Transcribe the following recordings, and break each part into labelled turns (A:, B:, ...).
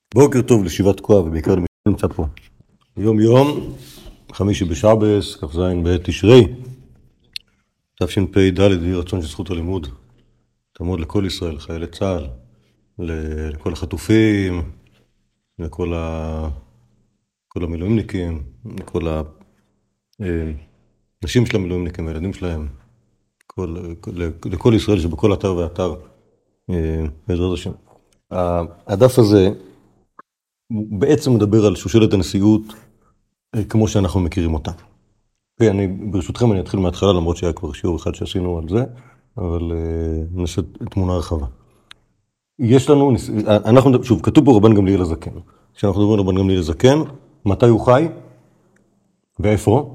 A: בוקר טוב לישיבת תקוע, ובעיקר למי שנמצא פה. יום, חמישי בשבס, כ"ז בתשרי, תשפ"ד, יהי רצון שזכות הלימוד תעמוד לכל ישראל, לחיילי צה"ל, לכל החטופים, לכל המילואימניקים, לכל הנשים של המילואימניקים, הילדים שלהם, לכל ישראל שבכל אתר ואתר, בעזרת השם. הדף הזה בעצם מדבר על שושלת הנשיאות כמו שאנחנו מכירים אותה. ברשותכם אני אתחיל מההתחלה, למרות שהיה כבר שיעור אחד שעשינו על זה, אבל נעשה תמונה רחבה. יש לנו, שוב, כתוב פה רבן גמליאל הזקן. כשאנחנו מדברים על רבן גמליאל הזקן, מתי הוא חי? ואיפה?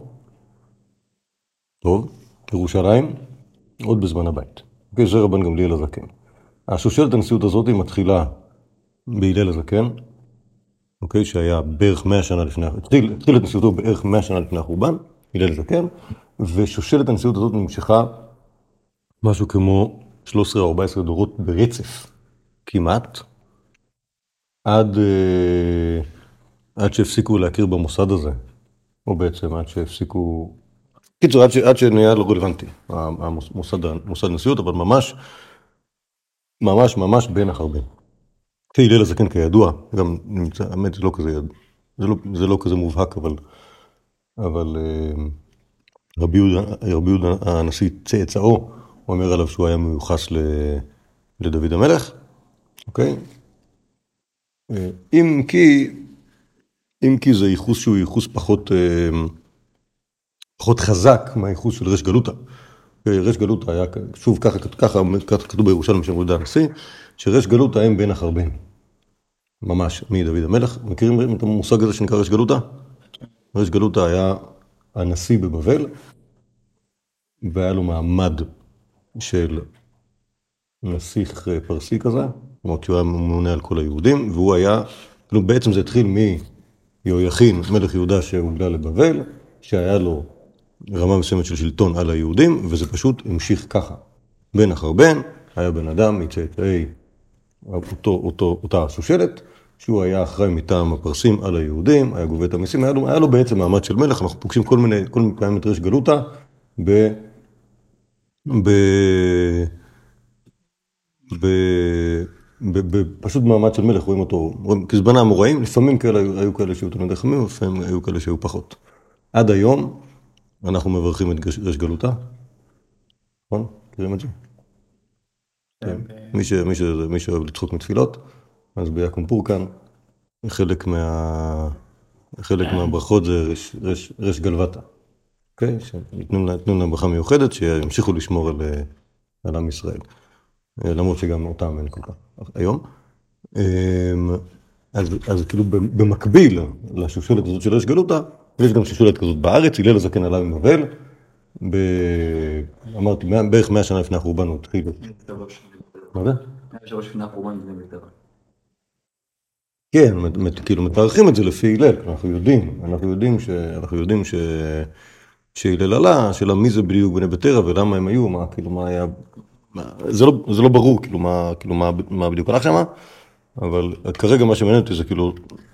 A: טוב, ירושלים, עוד בזמן הבית. זה רבן גמליאל הזקן. השושלת הנשיאות הזאת היא מתחילה בהלל הזקן, אוקיי, שהיה בערך 100 שנה לפני, התחיל את נשיאותו בערך 100 שנה לפני החורבן, הלל הזקן, ושושלת הנשיאות הזאת נמשכה משהו כמו 13 או 14 דורות ברצף, כמעט, עד שהפסיקו להכיר במוסד הזה, או בעצם עד שהפסיקו, קיצור, עד שנהיה לא רלוונטי, מוסד נשיאות, אבל ממש בין החרבים. הלל הזקן כידוע, גם נמצא, האמת זה לא כזה מובהק, אבל רבי יהודה הנשיא צאצאו, הוא אומר עליו שהוא היה מיוחס לדוד המלך, אוקיי? אם כי זה ייחוס שהוא ייחוס פחות חזק מהייחוס של ריש גלותא. ריש גלותא היה, שוב, ככה כתוב בירושלים של יהודה הנשיא, שריש גלותא הם בין החרבים. ממש, מדוד המלך. מכירים את המושג הזה שנקרא ריש גלותא? ריש גלותא היה הנשיא בבבל, והיה לו מעמד של נסיך פרסי כזה, זאת אומרת שהוא היה ממונה על כל היהודים, והוא היה, בעצם זה התחיל מיהויכין, מלך יהודה שהוגלה לבבל, שהיה לו רמה מסוימת של שלטון על היהודים, וזה פשוט המשיך ככה. בן אחר בן, היה בן אדם מצאצאי אותה שושלת, שהוא היה אחראי מטעם הפרסים על היהודים, היה גובה את המיסים, היה לו בעצם מעמד של מלך. אנחנו פוגשים כל פעמים את ריש גלותא פשוט מעמד של מלך, רואים אותו, כזבנה המוראים, לפעמים היו כאלה שהיו תלמידי חכמים, לפעמים היו כאלה שהיו פחות. עד היום אנחנו מברכים את ריש גלותא, נכון? מכירים את זה? מי שאוהב לצחוק מתפילות, אז ביקום פורקן, חלק מהברכות זה ריש גלוותא. אוקיי? שנתנו להם ברכה מיוחדת, שימשיכו לשמור על עם ישראל. למרות שגם אותם אין כל כך היום. אז כאילו במקביל לשושלת הזאת של ריש גלותא, יש גם שושלת כזאת בארץ, הלל הזקן עלה מבבל, אמרתי, בערך 100 שנה לפני החורבן הוא התחיל. מה זה? 100 שנה לפני החורבן זה ביתר. כן, כאילו מתארחים את זה לפי הלל, אנחנו יודעים שהלל עלה, שאלה מי זה בדיוק בני ביתר, ולמה הם היו, מה היה, זה לא ברור, מה בדיוק הלך שם, אבל כרגע מה שמעניין אותי זה כאילו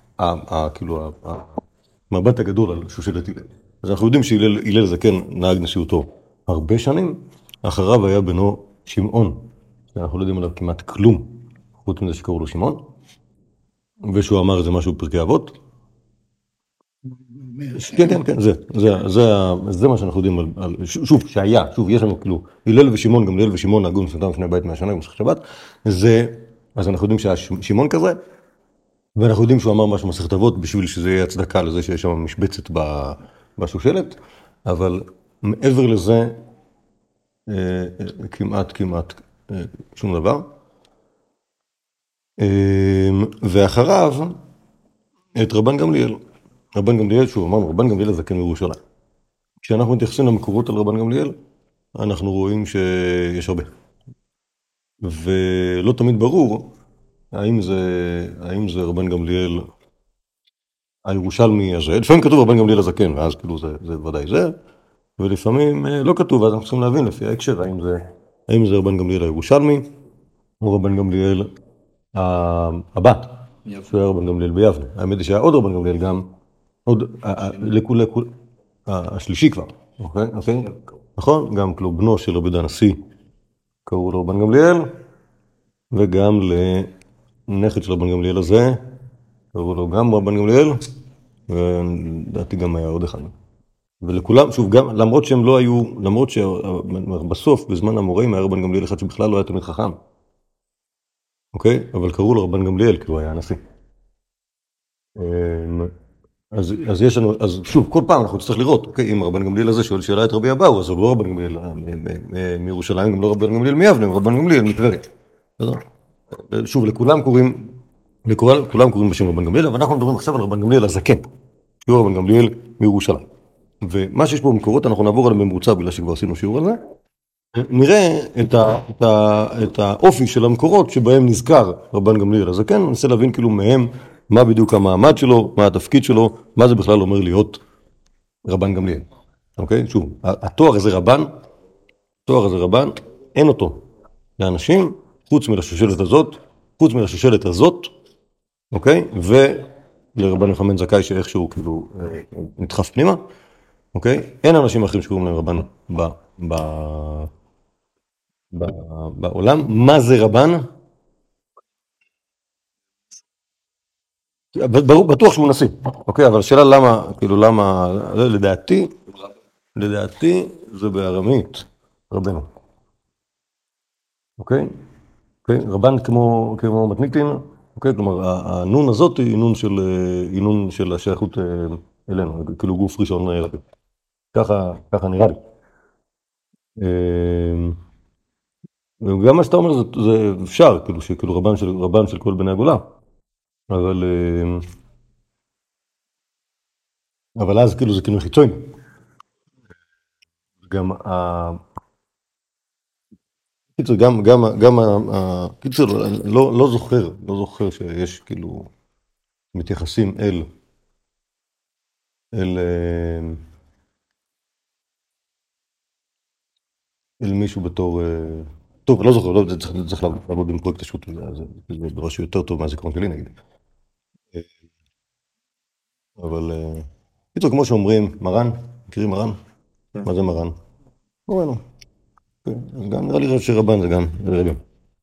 A: המבט הגדול על שושלת הלל. אז אנחנו יודעים שהלל הזקן נהג נשיאותו הרבה שנים, אחריו היה בנו שמעון, אנחנו לא יודעים עליו כמעט כלום, חוץ מזה שקראו לו שמעון, ושהוא אמר איזה משהו בפרקי אבות. כן, זה מה שאנחנו יודעים על, שוב, יש לנו כאילו, הלל ושמעון, גם הלל ושמעון נהגו נשיאותם לפני בית 100 שנה, במסכת שבת, אז אנחנו יודעים שהיה שמעון כזה, ואנחנו יודעים שהוא אמר משהו במסכת אבות, בשביל שזה יהיה הצדקה לזה שיש שם משבצת בשושלת, אבל מעבר לזה, כמעט שום דבר. ואחריו, את רבן גמליאל. רבן גמליאל, שוב אמרנו, רבן גמליאל הזקן מירושלים. כשאנחנו מתייחסים למקורות על רבן גמליאל, אנחנו רואים שיש הרבה. ולא תמיד ברור, האם זה רבן גמליאל הירושלמי הזה. לפעמים כתוב רבן גמליאל הזקן, ואז כאילו זה ודאי זה, ולפעמים לא כתוב, ואז אנחנו צריכים להבין לפי ההקשר, האם זה רבן גמליאל הירושלמי, או רבן גמליאל הבת שהוא היה רבן גמליאל ביבנה. האמת היא שהיה עוד רבן גמליאל גם, עוד, השלישי כבר, אוקיי? נכון? גם כאילו בנו של רבי יהודה הנשיא קראו לו רבן גמליאל, וגם לנכד של רבן גמליאל הזה קראו לו גם רבן גמליאל, ולדעתי גם היה עוד אחד. ולכולם, שוב, גם, למרות שהם לא היו, למרות שבסוף, בזמן המוראים, היה רבן גמליאל אחד שבכלל לא היה תלמיד חכם. אוקיי? אבל קראו לו רבן גמליאל, כי הוא היה הנשיא. אז יש לנו, אז שוב, כל פעם אנחנו נצטרך לראות, אוקיי, אם רבן גמליאל הזה שואל שאלה את רבי אבאו, אז הוא לא רבן גמליאל מירושלים, גם לא רבן גמליאל מיבנה, הוא רבן גמליאל מטבריה. שוב, לכולם קוראים בשם רבן גמליאל, אבל אנחנו מדברים עכשיו על רבן גמליאל הזקן, שהוא רבן גמליאל מירושלים. ומה שיש פה במקורות, אנחנו נעבור עליהם במרוצה, בגלל שכבר עשינו שיעור על זה, נראה את האופי של המקורות שבהם נזכר רבן גמליאל הזקן, ננסה להבין כאילו מהם מה בדיוק המעמד שלו, מה התפקיד שלו, מה זה בכלל אומר להיות רבן גמליאל. אוקיי? שוב, התואר הזה רבן, אין אותו לאנשים, חוץ מלשושלת הזאת, אוקיי? ולרבן יוחנן זכאי שאיכשהו כאילו נדחף פנימה, אוקיי? אין אנשים אחרים שקוראים להם רבן בעולם. מה זה רבן? בטוח שהוא נשיא, אוקיי? אבל השאלה למה, כאילו למה, לדעתי זה בארמית, רבנו. אוקיי? רבן כמו מתניקטין, אוקיי? כלומר, הנון הזאת היא נון של השייכות אלינו, כאילו גוף ראשון רבי. ככה נראה לי. וגם מה שאתה אומר זה אפשר, כאילו שכאילו רבן של כל בני הגולה. אבל אז כאילו זה כאילו חיצוני. קיצור, לא זוכר שיש כאילו מתייחסים אל מישהו בתור, טוב, לא זוכר, צריך לעבוד עם פרויקט השו"ת, זה דבר שהוא יותר טוב מהזיכרון שלי נגיד. אבל, קיצור, כמו שאומרים, מרן, מכירים מרן? מה זה מרן? מורנו. אז גם נראה לי שרבן זה גם רבי.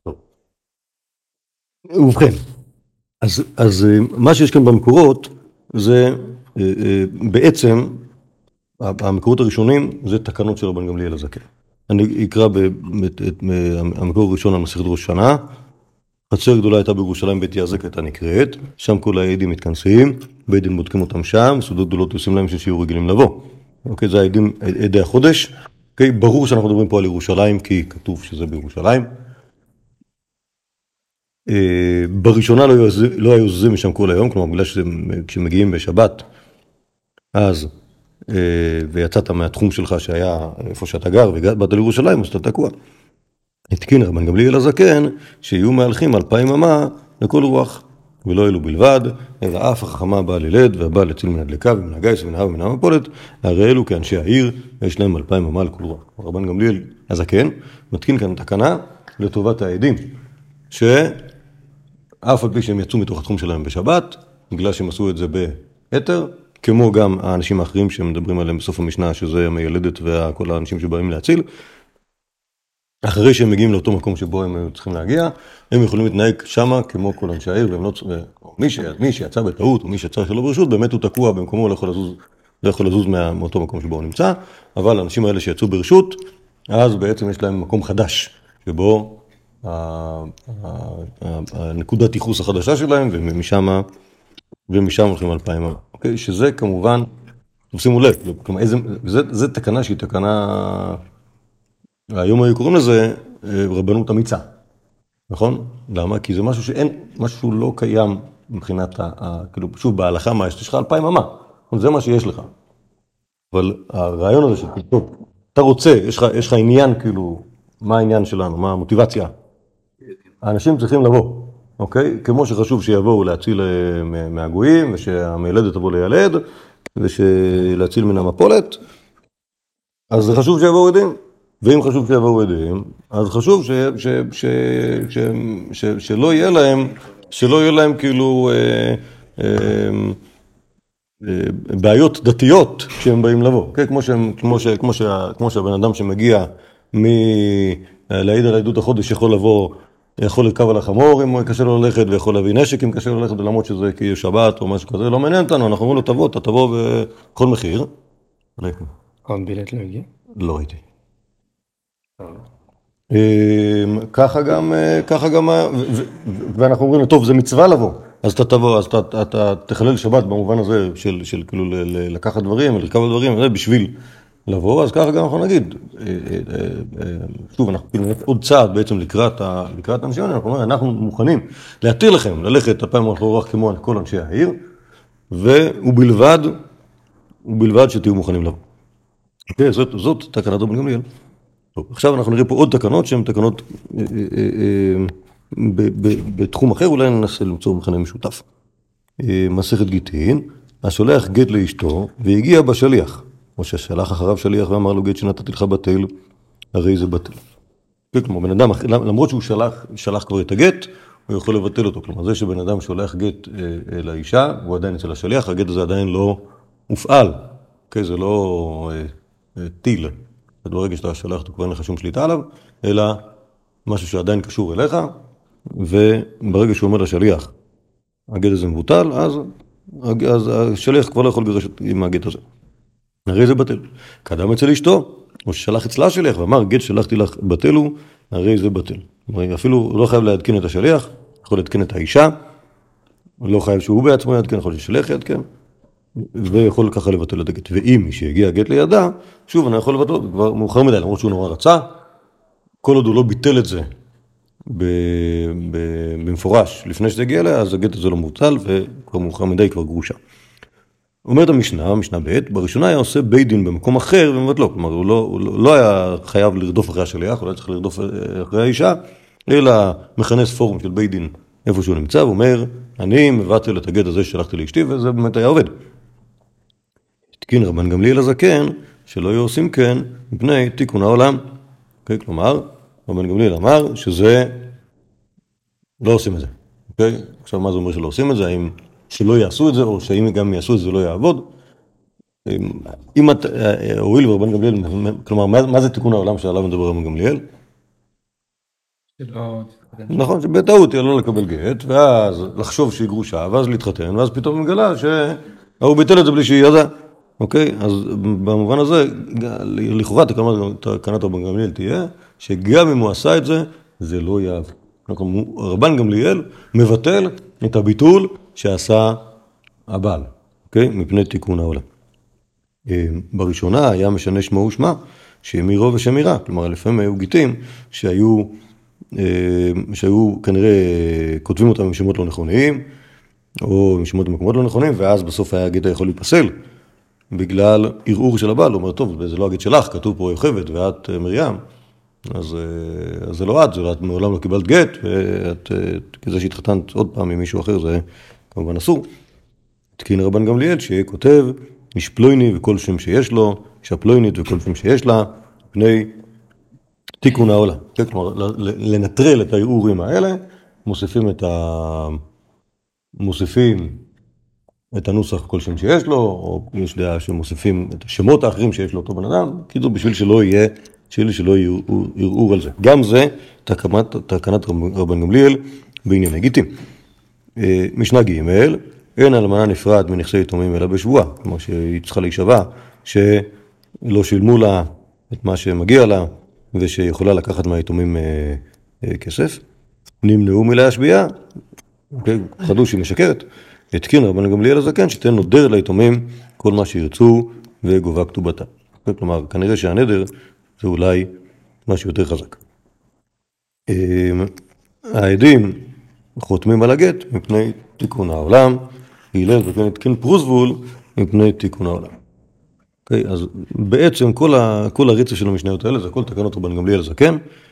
A: ובכן, אז מה שיש כאן במקורות זה בעצם, המקורות הראשונים זה תקנות של רבן גמליאל הזקן. אני אקרא המקור הראשון על מסכת ראש השנה. חצר גדולה הייתה בירושלים, בית יעזק הייתה נקראת, שם כל העדים מתכנסים, בית דין בודקים אותם שם, סעודות גדולות עושים להם שיהיו רגילים לבוא. אוקיי, זה העדים, עדי החודש. אוקיי, ברור שאנחנו מדברים פה על ירושלים, כי כתוב שזה בירושלים. בראשונה לא היו זזים משם כל היום, כלומר, בגלל שכשמגיעים בשבת, אז ויצאת מהתחום שלך שהיה איפה שאתה גר, ובאת לירושלים, אז אתה תקוע. התקין רבן גמליאל הזקן, שיהיו מהלכים 2,000 אמה לכל רוח, ולא אלו בלבד, אלא אף החכמה באה ללד, והבאה לציל מן הדלקה, ומן הגיס, ומן ההר, ומן המפולת, הרי אלו כאנשי העיר, יש להם 2,000 אמה לכל רוח. רבן גמליאל הזקן, מתקין כאן תקנה לטובת העדים, שאף על פי שהם יצאו מתוך התחום שלהם בשבת, בגלל שהם עשו את זה ביתר, כמו גם האנשים האחרים שמדברים עליהם בסוף המשנה, שזה המיילדת וכל האנשים שבאים להציל, אחרי שהם מגיעים לאותו מקום שבו הם צריכים להגיע, הם יכולים להתנהג שמה כמו כל אנשי העיר, מי שיצא בטעות או מי שיצא שלא ברשות, באמת הוא תקוע במקומו, לא יכול לזוז מאותו מקום שבו הוא נמצא, אבל האנשים האלה שיצאו ברשות, אז בעצם יש להם מקום חדש, שבו הנקודת ייחוס החדשה שלהם, ומשם הולכים 2,000 אמה. אוקיי? שזה כמובן, שימו לב, זה תקנה שהיא תקנה, היום היו קוראים לזה רבנות אמיצה, נכון? למה? כי זה משהו לא קיים מבחינת, כאילו, שוב, בהלכה מה יש לך 2,000 אמה, זה מה שיש לך. אבל הרעיון הזה טוב, אתה רוצה, יש לך עניין, כאילו, מה העניין שלנו, מה המוטיבציה? האנשים צריכים לבוא, אוקיי? כמו שחשוב שיבואו להציל מהגויים, ושהמילדת תבוא לילד, ושלהציל מן המפולת, אז זה חשוב שיבואו עדים. ואם חשוב שיבואו עדים, אז חשוב שלא יהיה להם שלא יהיו להם כאילו בעיות דתיות כשהם באים לבוא, כמו שהבן אדם שמגיע להעיד על עדות החודש יכול לבוא, יכול לרכב על החמור אם קשה לו ללכת, ויכול להביא נשק אם קשה לו ללכת, למרות שזה כי שבת או משהו כזה, לא מעניין אותנו, אנחנו אומרים לו תבוא בכל מחיר.
B: עוד בילט לא הגיע?
A: לא הייתי. ככה גם, ואנחנו אומרים לו, טוב, זה מצווה לבוא, אז אתה תבוא, אז אתה תחלל שבת במובן הזה של כאילו לקחת דברים, לרכב על דברים, בשביל לבוא, אז ככה גם אנחנו נגיד, שוב, אנחנו כאילו עוד צעד בעצם לקראת האנשים, אנחנו מוכנים להתיר לכם ללכת הפעם האחרונה כמו כל אנשי העיר, ובלבד שתהיו מוכנים לבוא. אוקיי, זאת תקנת רבן גמליאל. טוב, עכשיו אנחנו נראה פה עוד תקנות שהן תקנות בתחום אחר, אולי ננסה למצוא מכנה משותף. מסכת גיטין, השולח גט לאשתו והגיע בשליח, או ששלח אחריו שליח ואמר לו גט שנתתי לך בטל, הרי זה בטל. כלומר, בן אדם, למרות שהוא שלח כבר את הגט, הוא יכול לבטל אותו. כלומר, זה שבן אדם שולח גט לאישה, הוא עדיין אצל השליח, הגט הזה עדיין לא מופעל. אוקיי, זה לא טיל. ברגע שאתה שולח, אתה כבר אין לך שום שליטה עליו, אלא משהו שעדיין קשור אליך, וברגע שהוא אומר לשליח, הגט הזה מבוטל, אז השליח כבר לא יכול לגרש עם הגט הזה. הרי זה בטל. קדם אצל אשתו, או ששלח אצלה שליח, ואמר, גט שלחתי לך בטל הוא, הרי זה בטל. אפילו לא חייב להדכן את השליח, יכול להדכן את האישה, לא חייב שהוא בעצמו ידכן, יכול ששליח ידכן, ויכול ככה לבטל את הגט. ואם מי שהגיע הגט לידה, שוב, אני יכול לבטל, כבר מאוחר מדי, למרות שהוא נורא רצה, כל עוד הוא לא ביטל את זה במפורש לפני שזה הגיע אליה, אז הגט הזה לא מבוטל, וכבר מאוחר מדי כבר גרושה. אומרת המשנה ב', בראשונה היה עושה בית דין במקום אחר ומבטלו, כלומר הוא לא היה חייב לרדוף אחרי השליח, הוא לא היה צריך לרדוף אחרי האישה, אלא מכנס פורום של בית דין איפה שהוא נמצא, ואומר, אני מבטל את הגט הזה ששלחתי לאשתי, וזה באמת היה עובד. התקין רבן גמליאל הזקן, שלא היו עושים כן מפני תיקון העולם. Okay, כלומר, רבן גמליאל אמר שזה, לא עושים את זה. Okay? עכשיו מה זה אומר שלא עושים את זה? האם שלא יעשו את זה, או שאם גם יעשו את זה לא יעבוד? אם את, הואיל ורבן גמליאל, כלומר, מה זה תיקון העולם שעליו מדבר רבן גמליאל? נכון, שבטעות היא לא לקבל גט, ואז לחשוב שהיא גרושה, ואז להתחתן, ואז פתאום מגלה שהוא ביטל את זה בלי שהיא ידעה. אוקיי? אז במובן הזה, לכאורה תקנת רבן גמליאל תהיה, שגם אם הוא עשה את זה, זה לא יעבוד. רבן גמליאל מבטל את הביטול שעשה הבעל, אוקיי? מפני תיקון העולם. בראשונה היה משנה שמו ושמה, שמירו ושמירה, כלומר לפעמים היו גיטים שהיו כנראה כותבים אותם עם שמות לא נכונים, או עם שמות במקומות לא נכונים, ואז בסוף היה הגט יכול להיפסל, בגלל ערעור של הבעל. הוא אומר, טוב, זה לא הגט שלך, כתוב פה יוכבד ואת מרים, אז זה לא את, את מעולם לא קיבלת גט, ואת כזה שהתחתנת עוד פעם עם מישהו אחר, זה כמובן אסור. תקין רבן גמליאל שכותב, איש פלויני וכל שם שיש לו, אישה פלוינית וכל שם שיש לה, פני תיקון העולם. כלומר, לנטרל את הערעורים האלה, מוסיפים את הנוסח כל שם שיש לו, או יש דעה שמוסיפים את השמות האחרים שיש לו אותו בן אדם, כאילו בשביל שלא יהיה ערעור על זה. גם זה תקנת רבן גמליאל בענייני גיטים. משנה ג' אין אלמנה נפרד מנכסי יתומים אלא בשבועה, כלומר שהיא צריכה להישבע, שלא שילמו לה את מה שמגיע לה, ושיכולה לקחת מהיתומים כסף. נמנעו מלהשביעה, חדו שהיא משקרת. התקין רבן גמליאל הזקן שתן נודר ליתומים כל מה שירצו וגובה כתובתה. כלומר, כנראה שהנדר זה אולי משהו יותר חזק. העדים חותמים על הגט מפני תיקון העולם, הלל וכן התקין פרוזבול מפני תיקון העולם. אז בעצם כל הרצף של המשניות האלה זה כל תקנות רבן גמליאל הזקן,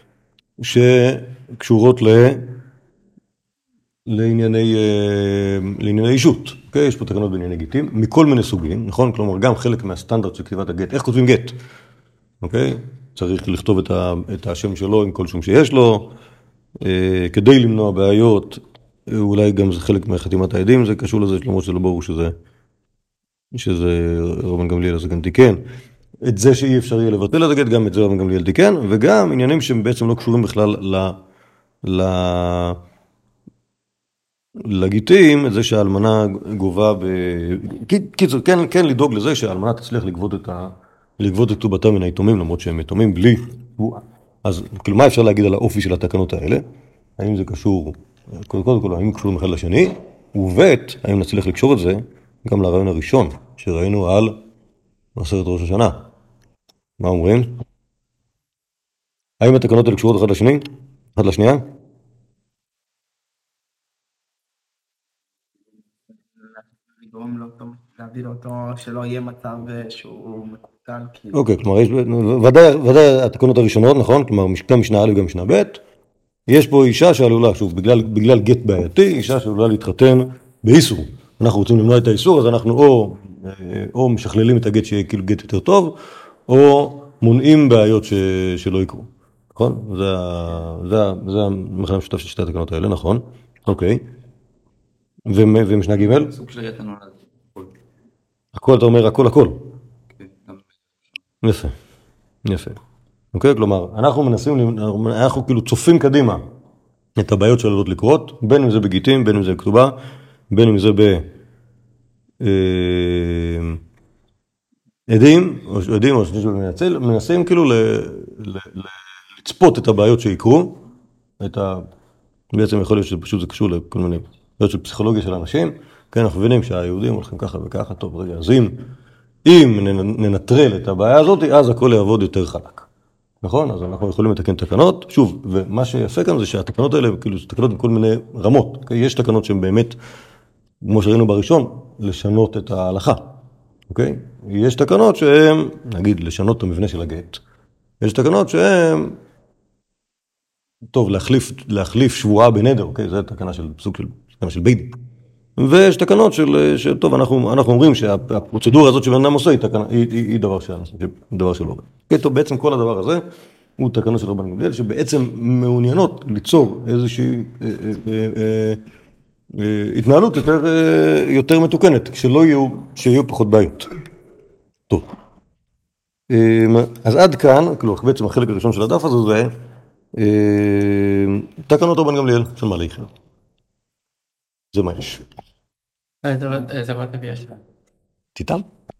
A: שקשורות לענייני אישות. יש פה תקנות בענייני גיטים, מכל מיני סוגים, נכון? כלומר, גם חלק מהסטנדרט של כתיבת הגט, איך כותבים גט? אוקיי? צריך לכתוב את השם שלו עם כל שום שיש לו, כדי למנוע בעיות, אולי גם זה חלק מחתימת העדים, זה קשור לזה, למרות שזה לא ברור שזה רבן גמליאל הזה גם תיקן. את זה שאי אפשר יהיה לבטל את הגט, גם את זה רבן גמליאל תיקן, וגם עניינים שהם בעצם לא קשורים בכלל לגיטים, את זה שהאלמנה גובה קיצור, כן לדאוג לזה שהאלמנה תצליח לגבות את טובתה מן היתומים, למרות שהם יתומים בלי תבואה. אז כאילו מה אפשר להגיד על האופי של התקנות האלה? האם זה קשור, קודם כל, האם קשור אחד לשני? ובית, האם נצליח לקשור את זה גם לרעיון הראשון שראינו על מסכת ראש השנה? מה אומרים? האם התקנות האלה קשורות אחד לשני? אחד לשנייה?
C: לגרום לו להעביר אותו, שלא יהיה מצב שהוא מקוטל.
A: אוקיי, כלומר, ודאי התקנות הראשונות, נכון? כלומר, גם משנה א' וגם משנה ב', יש פה אישה שעלולה, שוב, בגלל גט בעייתי, אישה שעלולה להתחתן באיסור. אנחנו רוצים למנוע את האיסור, אז אנחנו או משכללים את הגט שיהיה כאילו גט יותר טוב, או מונעים בעיות שלא יקרו. נכון? זה המכנה המשותף של שתי התקנות האלה, נכון? אוקיי. ומשנה ג'
C: סוג של גט הנולד.
A: הכל, אתה אומר הכל. יפה, יפה. אוקיי? כלומר, אנחנו כאילו צופים קדימה את הבעיות שעלולות לקרות, בין אם זה בגיטים, בין אם זה בכתובה, בין אם זה עדים, או שמנצל, מנסים כאילו לצפות את הבעיות שיקרו, בעצם יכול להיות שפשוט זה קשור לכל מיני בעיות של פסיכולוגיה של אנשים, כן, אנחנו מבינים שהיהודים הולכים ככה וככה, טוב, רגע, אז אם ננטרל את הבעיה הזאת, אז הכל יעבוד יותר חלק. נכון? אז אנחנו יכולים לתקן תקנות. שוב, ומה שיפה כאן זה שהתקנות האלה, כאילו, זה תקנות בכל מיני רמות. אוקיי? יש תקנות שהן באמת, כמו שראינו בראשון, לשנות את ההלכה. אוקיי? יש תקנות שהן, נגיד, לשנות את המבנה של הגט. יש תקנות שהן, טוב, להחליף שבועה בנדר, אוקיי? זה תקנה של סוג של בית דין. ויש תקנות טוב, אנחנו אומרים שהפרוצדורה הזאת שבן אדם עושה היא דבר שלא עובד. טוב, בעצם כל הדבר הזה הוא תקנות של רבן גמליאל, שבעצם מעוניינות ליצור איזושהי התנהלות יותר מתוקנת, שיהיו פחות בעיות. טוב. אז עד כאן, כלומר, בעצם החלק הראשון של הדף הזה זה תקנות רבן גמליאל של מה להיכר. זה מה יש.
C: איזה רוטב יש לה?
A: טיטל?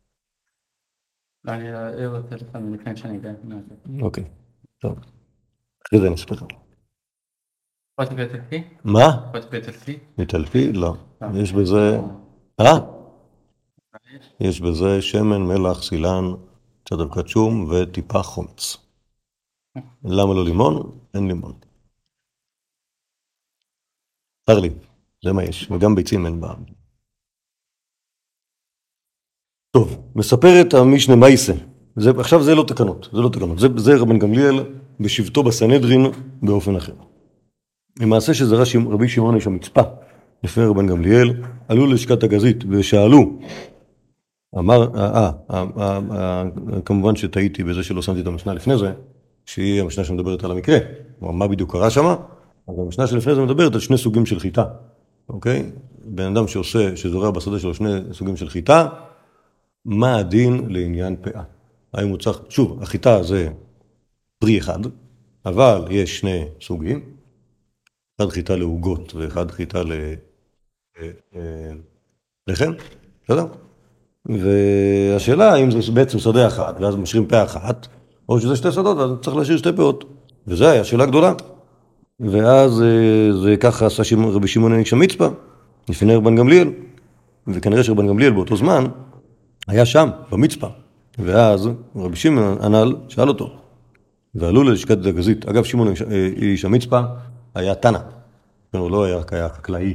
C: אני רוצה לפעמים לפני שאני אגע.
A: אוקיי, טוב. אחרי זה אני אספר לך.
C: רוטב איטלפי?
A: מה?
C: רוטב איטלפי?
A: איטלפי? לא. יש בזה... יש בזה שמן, מלח, סילן, קצת אבקת שום וטיפה חומץ. למה לא לימון? אין לימון. תר לי, זה מה יש. וגם ביצים אין בעם. טוב, מספרת המשנה מייסה. עכשיו זה לא תקנות, זה רבן גמליאל בשבתו בסנהדרין באופן אחר. למעשה שזה רבי שמעון איש המצפה, לפני רבן גמליאל, עלו ללשכת הגזית ושאלו, כמובן שטעיתי בזה שלא שמתי את המשנה לפני זה, שהיא המשנה שמדברת על המקרה, מה בדיוק קרה שמה, אבל המשנה שלפני זה מדברת על שני סוגים של חיטה, אוקיי? בן אדם שזורע בשדה שלו שני סוגים של חיטה, מה הדין לעניין פאה? האם הוא צריך, שוב, החיטה זה פרי אחד, אבל יש שני סוגים, אחד חיטה לעוגות ואחד חיטה לחם, בסדר? והשאלה האם זה בעצם שדה אחד, ואז משאירים פאה אחת, או שזה שתי שדות, אז צריך להשאיר שתי פאות. וזו היה שאלה גדולה. ואז זה ככה עשה רבי שמעון איש המצפה, לפני רבן גמליאל, וכנראה שרבן גמליאל באותו זמן, היה שם, במצפה, ואז רבי שמעון הנ"ל שאל אותו, ועלו ללשכת הגזית. אגב, שמעון איש המצפה היה תנא, הוא לא היה חקלאי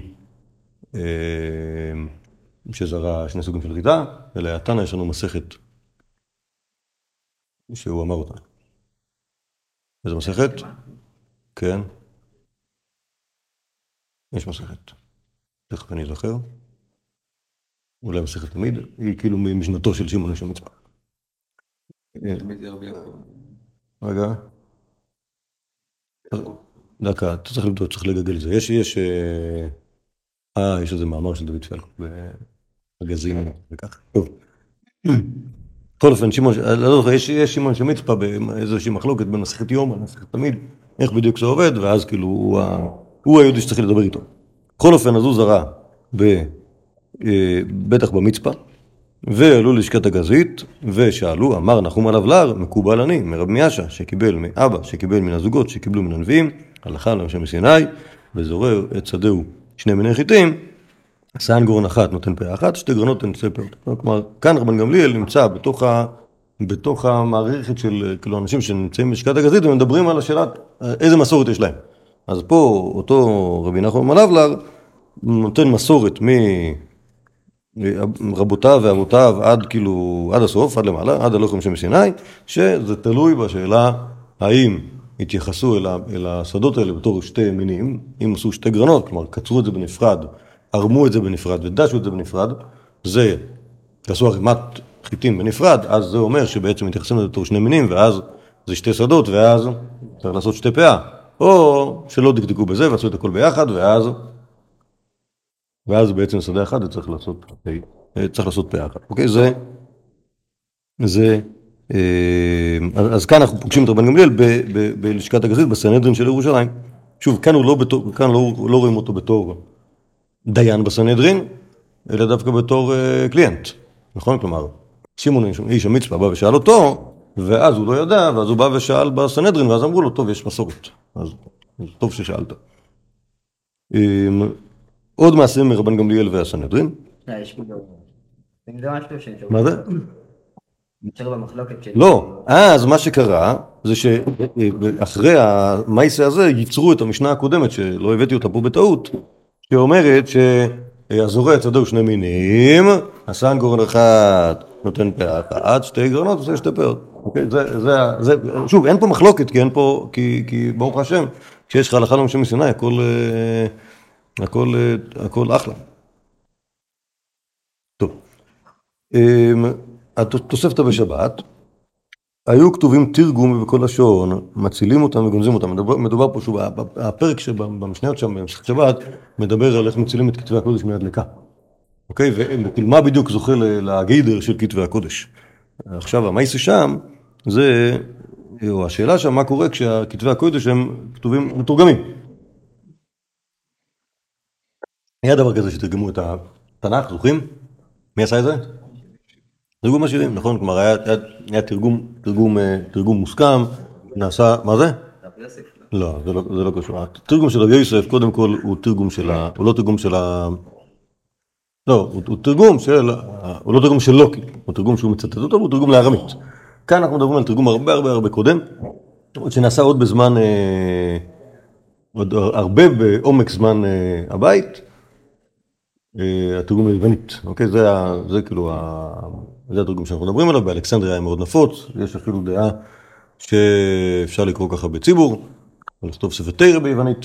A: שזרע שני סוגים של חיטה, אלא היה תנא, יש לנו מסכת שהוא אמר אותה. איזה מסכת? כן. יש מסכת. תכף אני זוכר. אולי מסכת תמיד, היא כאילו ממשנתו של שמעון איש המצפה. רגע. דקה, אתה צריך לבדוק, צריך לגגל את זה. יש איזה מאמר של דוד פלק בגזים וכך. טוב. בכל אופן, יש שמעון שמצפה באיזושהי מחלוקת במסכת יום, במסכת תמיד, איך בדיוק זה עובד, ואז כאילו הוא היהודי שצריך לדבר איתו. בכל אופן, אז הוא זרע בטח במצפה, ועלו לשכת הגזית, ושאלו, אמר נחום עליו לר, מקובל אני, מרב מיאשה, שקיבל מאבא, שקיבל מן הזוגות, שקיבלו מן הנביאים, הלכה למשה מסיני, וזורע את שדהו 2 מיני חיטים, שען גורן אחת נותן פאה אחת, 2 גרנות נותן 2 פאות. כלומר, כאן רבן גמליאל נמצא בתוך המערכת של כאילו אנשים שנמצאים בשכת הגזית, ומדברים על השאלה איזה מסורת יש להם. אז פה אותו רבי נחום עליו לר, נותן מסורת מרבותיו ואבותיו עד הסוף, עד למעלה, עד הלוך למשה מסיני, שזה תלוי בשאלה האם התייחסו אל השדות האלה בתור 2 מינים, אם עשו 2 גרנות, כלומר קצרו את זה בנפרד, ערמו את זה בנפרד ודשו את זה בנפרד, זה עשו ערימת חיטים בנפרד, אז זה אומר שבעצם מתייחסים לזה בתור 2 מינים, ואז זה 2 שדות, ואז צריך לעשות 2 פאה, או שלא דקדקו בזה ועשו את הכל ביחד, ואז בעצם שדה אחד צריך לעשות פאה אחת. אוקיי, אז כאן אנחנו פוגשים את רבן גמליאל בלשכת הגזית, בסנהדרין של ירושלים. שוב, כאן לא רואים אותו בתור דיין בסנהדרין, אלא דווקא בתור קליינט. נכון? כלומר, שמעון איש המצפה בא ושאל אותו, ואז הוא לא ידע, ואז הוא בא ושאל בסנהדרין, ואז אמרו לו, טוב, יש מסורת. אז טוב ששאלת. עוד מעשים מרבן גמליאל והסנהדרין. מה זה? לא, אז מה שקרה זה שאחרי המייסה הזה ייצרו את המשנה הקודמת שלא הבאתי אותה פה בטעות, שאומרת שהזורע את שדהו 2 מינים, השען גורן אחד נותן פאה אחת, 2 גרנות עושה 2 פאות. אוקיי, שוב, אין פה מחלוקת, כי ברוך השם, כשיש לך הלכה למשה מסיני, הכל אחלה. טוב. התוספתא בשבת, היו כתובים תרגום בכל לשון, מצילים אותם וגונזים אותם. מדובר פה שוב, הפרק שבמשניות שם, במסכת שבת, מדבר על איך מצילים את כתבי הקודש מהדלקה. אוקיי? ומה בדיוק זוכה לגדר של כתבי הקודש. עכשיו, המייסה שם, או השאלה שם, מה קורה כשכתבי הקודש הם כתובים מתורגמים. היה דבר כזה שתרגמו את התנ"ך, זוכרים? מי עשה את זה? תרגום השירים, נכון? כלומר, היה תרגום מוסכם, נעשה, מה זה? לא, זה לא קשור. התרגום של רבי יוסף, קודם כל, הוא לא תרגום של לא, הוא לא תרגום של לוקי, הוא תרגום שהוא מצטט אותו, הוא תרגום לארמית. כאן אנחנו מדברים על תרגום הרבה קודם, שנעשה עוד בזמן, הרבה בעומק זמן הבית, התרגום היוונית. אוקיי, זה כאילו זה התרגום שאנחנו מדברים עליו. באלכסנדריה היה מאוד נפוץ, יש אפילו דעה שאפשר לקרוא ככה בציבור, או לכתוב ספר תורה ביוונית.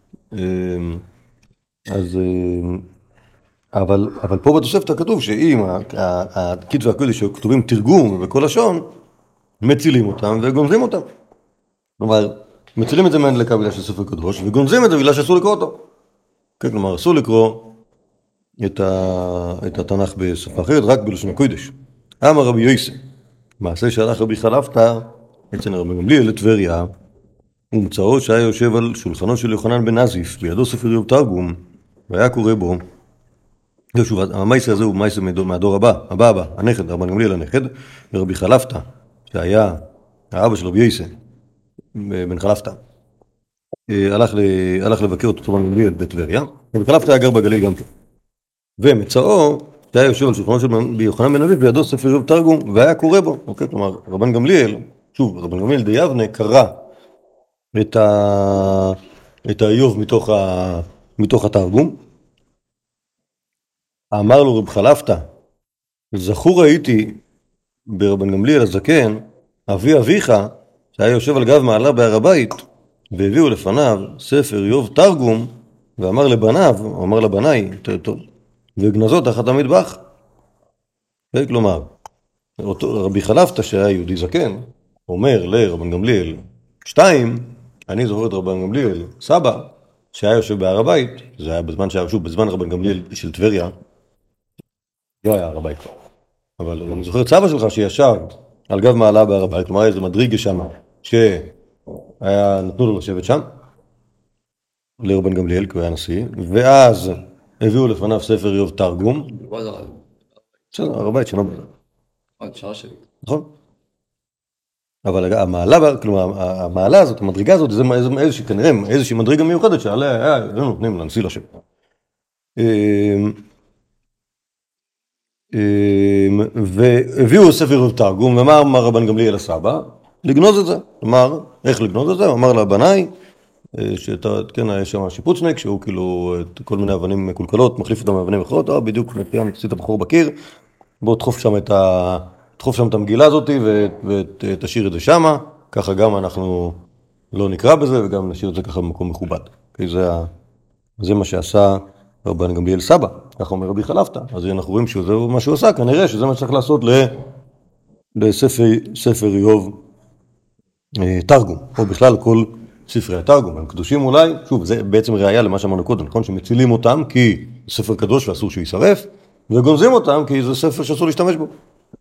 A: אבל פה בתוספתא כתוב שאם הכתבי הקודש כתובים תרגום בכל לשון, מצילים אותם וגונזים אותם. כלומר, מצילים את זה מהדלקה בגלל שספר קדוש, וגונזים את זה בגלל שאסור לקרוא אותו. כלומר, אסור לקרוא את התנ"ך בשפה אחרת, רק בלשון הקודש. אמר רבי יוסף, מעשה שהלך רבי חלפתא אצל רבי גמליאל לטבריה, ומצאו שהיה יושב על שולחנו של יוחנן בן נזיף, בידו ספר איוב תרגום, והיה קורא בו. שוב, המייסה הזה הוא מייסה מהדור הבא, הנכד, רבי גמליאל הנכד, ורבי חלפתא, שהיה האבא של רבי יוסף, בן חלפתא, הלך לבקר אותו רבי גמליאל בטבריה, רבי חלפתא היה גר בגליל גם כן. ומצאו שהיה יושב על שולחנו של יוחנן בן נזיף, בידו ספר איוב תרגום, והיה קורא בו. אוקיי, כלומר, רבן גמליאל, שוב, רבן גמליאל דיבנה קרא את האיוב מתוך התרגום. אמר לו רב חלפתא, זכור הייתי ברבן גמליאל הזקן, אבי אביך, שהיה יושב על גב מעלה בהר הבית, והביאו לפניו ספר איוב תרגום, ואמר לבניו, או אמר לבניי, טוב, וגנזות תחת המטבח. כלומר, רבי חלפתא שהיה יהודי זקן, אומר לרבן גמליאל 2, אני זוכר את רבן גמליאל, סבא, שהיה יושב בהר הבית, זה היה בזמן שהיה, שוב, בזמן רבן גמליאל של טבריה, לא היה הר הבית כבר. אבל אני זוכר את סבא שלך שישב על גב מעלה בהר הבית, כלומר איזה מדריג שם, שנתנו לו לשבת שם, לרבן גמליאל, כי הוא היה נשיא, ואז הביאו לפניו ספר איוב תרגום. בסדר, הר הבית שלנו. נכון? אבל המעלה, כלומר, המעלה הזאת, המדרגה הזאת, זה כנראה איזושהי מדרגה מיוחדת שעליה לא נותנים לנשיא לשבת. והביאו ספר איוב תרגום, ומה אמר רבן גמליאל הסבא? לגנוז את זה. אמר, איך לגנוז את זה? אמר לבנאי, כן, יש שם שיפוצניק, שהוא כאילו כל מיני אבנים מקולקלות, מחליף אותם מאבנים אחרות, בדיוק נצית הבחור בקיר, בוא תחוף שם את המגילה הזאת ותשאיר את זה שמה, ככה גם אנחנו לא נקרא בזה וגם נשאיר את זה ככה במקום מכובד. זה מה שעשה רבן גמליאל סבא, ככה אומר רבי חלפתא, אז אנחנו רואים שזה מה שהוא עשה, כנראה שזה מה שצריך לעשות לספר איוב תרגום, או בכלל כל ספרי התרגום, הם קדושים אולי, שוב, זה בעצם ראיה למה שאמרנו קודם, נכון? שמצילים אותם כי זה ספר קדוש ואסור שישרף, וגונזים אותם כי זה ספר שאסור להשתמש בו.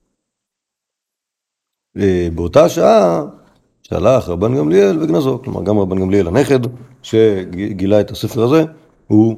A: באותה שעה שהלך רבן גמליאל וגנזו, כלומר גם רבן גמליאל הנכד שגילה את הספר הזה, הוא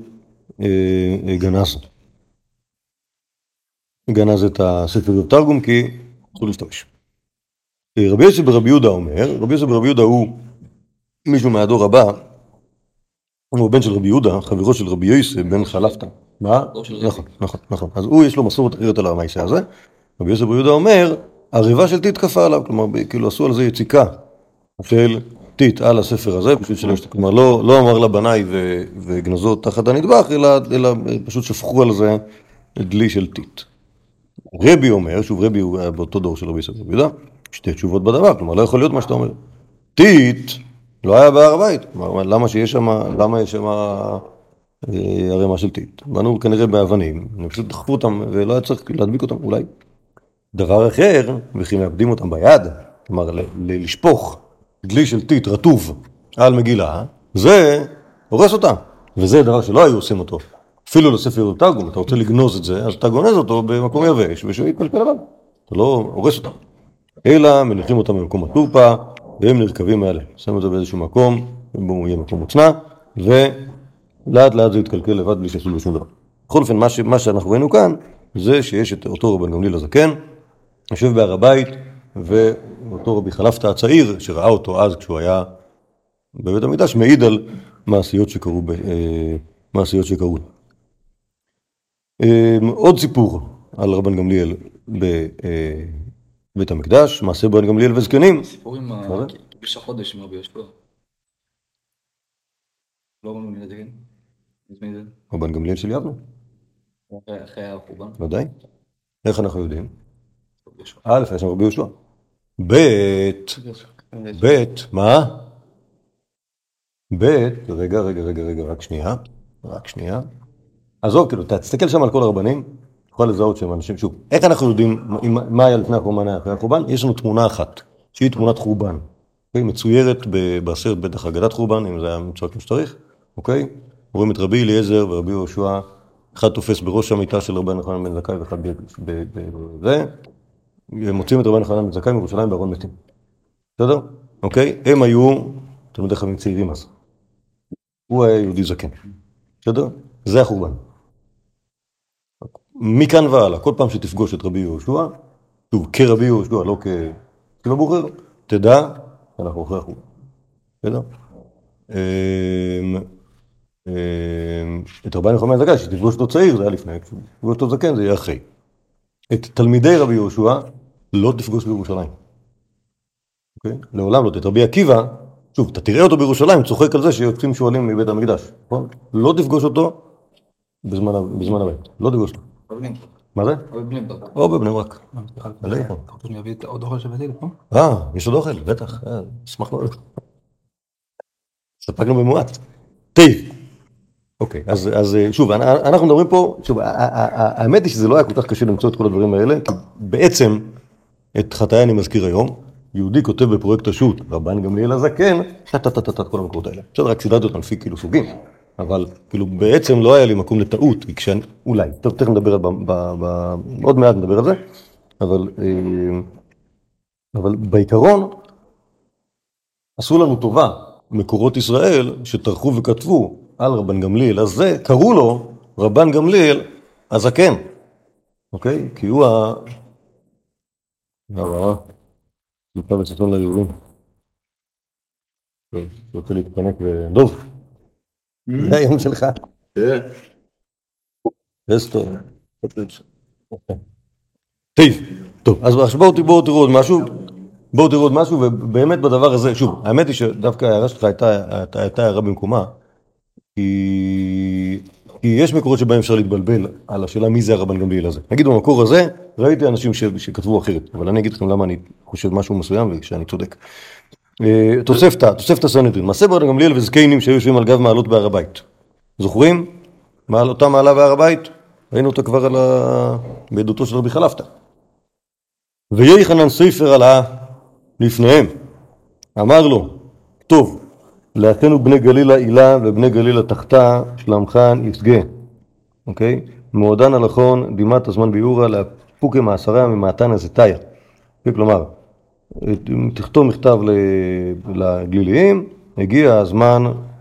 A: גנז את הספר איוב תרגום כי אסור להשתמש. רבי יוסי ברבי יהודה אומר, רבי יוסי ברבי יהודה הוא מישהו מהדור הבא, הוא בן של רבי יהודה, חברו של רבי יוסי, בן חלפתא. מה? נכון. אז הוא יש לו מסורת אחרת על המעשה הזה. רבי יוסי ברבי יהודה אומר, עריבה של טיט כפה עליו, כלומר, כאילו עשו על זה יציקה של טיט על הספר הזה, כלומר, לא אמר לבנאי וגנזו תחת הנדבך, אלא פשוט שפכו על זה דלי של טיט. רבי אומר, שוב רבי הוא באותו דור של רבי יוסי ברבי יהודה, שתי תשובות בדבר, כלומר, לא יכול להיות מה שאתה אומר. טיט לא היה בהר הבית, למה יש שם ערימה של טיט? בנו כנראה באבנים, הם פשוט דחפו אותם ולא היה צריך להדביק אותם, אולי. דבר אחר, וכי מאבדים אותם ביד, כלומר לשפוך דלי של טיט רטוב על מגילה, זה הורס אותם, וזה דבר שלא היו עושים אותו. אפילו לספר איוב תרגום, אתה רוצה לגנוז את זה, אז אתה גונז אותו במקום יבש, ושהוא יתפלפל עליו, אתה לא הורס אותם. אלא מניחים אותם במקום הטופה, והם נרכבים מעלה. שמו את זה באיזשהו מקום, הוא יהיה מקום מוצנע, ולאט לאט זה יתקלקל לבד בלי שעשו לו שום דבר. בכל אופן, מה שאנחנו ראינו כאן, זה שיש את אותו רבן גמליאל הזקן, יושב בהר הבית, ואותו רבי חלפתא הצעיר, שראה אותו אז כשהוא היה בבית המקדש, מעיד על מעשיות שקרו. עוד סיפור על רבן גמליאל בבית המקדש, מעשה רבן גמליאל וזקנים.
B: סיפור עם קידוש החודש עם רבי יהושע. לא אמרנו מי זה, כן?
A: רבן גמליאל של יבנה.
B: אחרי החורבן.
A: ודאי. איך אנחנו יודעים? א', יש שם רבי יהושע. מה? רגע, רק שנייה. עזוב, כאילו, תסתכל שם על כל הרבנים, תוכל לזהות שהם אנשים, שוב, איך אנחנו יודעים מה היה לפני החורבן, מה היה אחרי החורבן? יש לנו תמונה אחת, שהיא תמונת חורבן, מצוירת בסרט בטח אגדת חורבן, אם זה היה מצוין כמו שצריך, אוקיי? רואים את רבי אליעזר ורבי יהושע, אחד תופס בראש המיטה של רבן יוחנן בן זכאי ואחד בזה, מוצאים את רבן יוחנן בן זכאי מירושלים בארון מתים. בסדר? אוקיי? הם היו תלמידי חכמים צעירים אז. הוא היה יהודי זקן. בסדר? זה החורבן. מכאן והלאה, כל פעם שתפגוש את רבי יהושע, שוב, כרבי יהושע, לא כבבוחר, תדע שאנחנו אחרי החורבן. בסדר? את רבן יוחנן בן זכאי, שתפגוש אותו צעיר, זה היה לפני, כשתפגוש אותו זקן, זה יהיה אחרי. את תלמידי רבי יהושע לא תפגוש בירושלים. אוקיי? לעולם לא. את רבי עקיבא, שוב, אתה תראה אותו בירושלים, צוחק על זה שיוצאים שואלים מבית המקדש. נכון? לא תפגוש אותו בזמן הבית. לא תפגוש אותו. מה זה? או בבני ברק.
B: אתה רוצה שאני אביא את עוד אוכל שבאתי לפה?
A: יש עוד אוכל, בטח. אשמח מאוד. ספקנו במועט. טייב. אוקיי, אז שוב, אנחנו מדברים פה, שוב, האמת היא שזה לא היה כל כך קשה למצוא את כל הדברים האלה, כי בעצם, את חטאי אני מזכיר היום, יהודי כותב בפרויקט השו"ת, רבן גמליאל הזקן, כל המקורות האלה. בסדר, רק סידרתי אותם לפי כאילו סוגים. אבל כאילו בעצם לא היה לי מקום לטעות, אולי, טוב, תכף נדבר עוד מעט נדבר על זה, אבל בעיקרון עשו לנו טובה מקורות ישראל שטרחו וכתבו על רבן גמליאל, אז זה קראו לו רבן גמליאל הזקן, אוקיי? כי הוא סליחה וצטון ליהודים. טוב, רוצה להתפנק ודוב. זה היום שלך. טוב, אז בואו תראו עוד משהו, ובאמת בדבר הזה, שוב, האמת היא שדווקא ההערה שלך הייתה הערה במקומה, כי יש מקורות שבהם אפשר להתבלבל על השאלה מי זה הרבן גמליאל הזה. נגיד במקור הזה, ראיתי אנשים שכתבו אחרת, אבל אני אגיד לכם למה אני חושב משהו מסוים ושאני צודק. תוספתא סנהדרין, מעשה רבן גמליאל וזקנים שהיו יושבים על גב מעלות בהר הבית. זוכרים? אותה מעלה בהר הבית? ראינו אותה כבר בעדותו של רבי חלפתא. ויחנן ספר עלה לפניהם. אמר לו, טוב, לאחינו בני גליל העילה ובני גליל התחתא שלמכן יסגה. אוקיי? מעודן הלכון דימת הזמן ביורה להפוקי מעשריה ממעתן הזיתיה. כלומר, תכתוב מכתב לגליליים, הגיע הזמן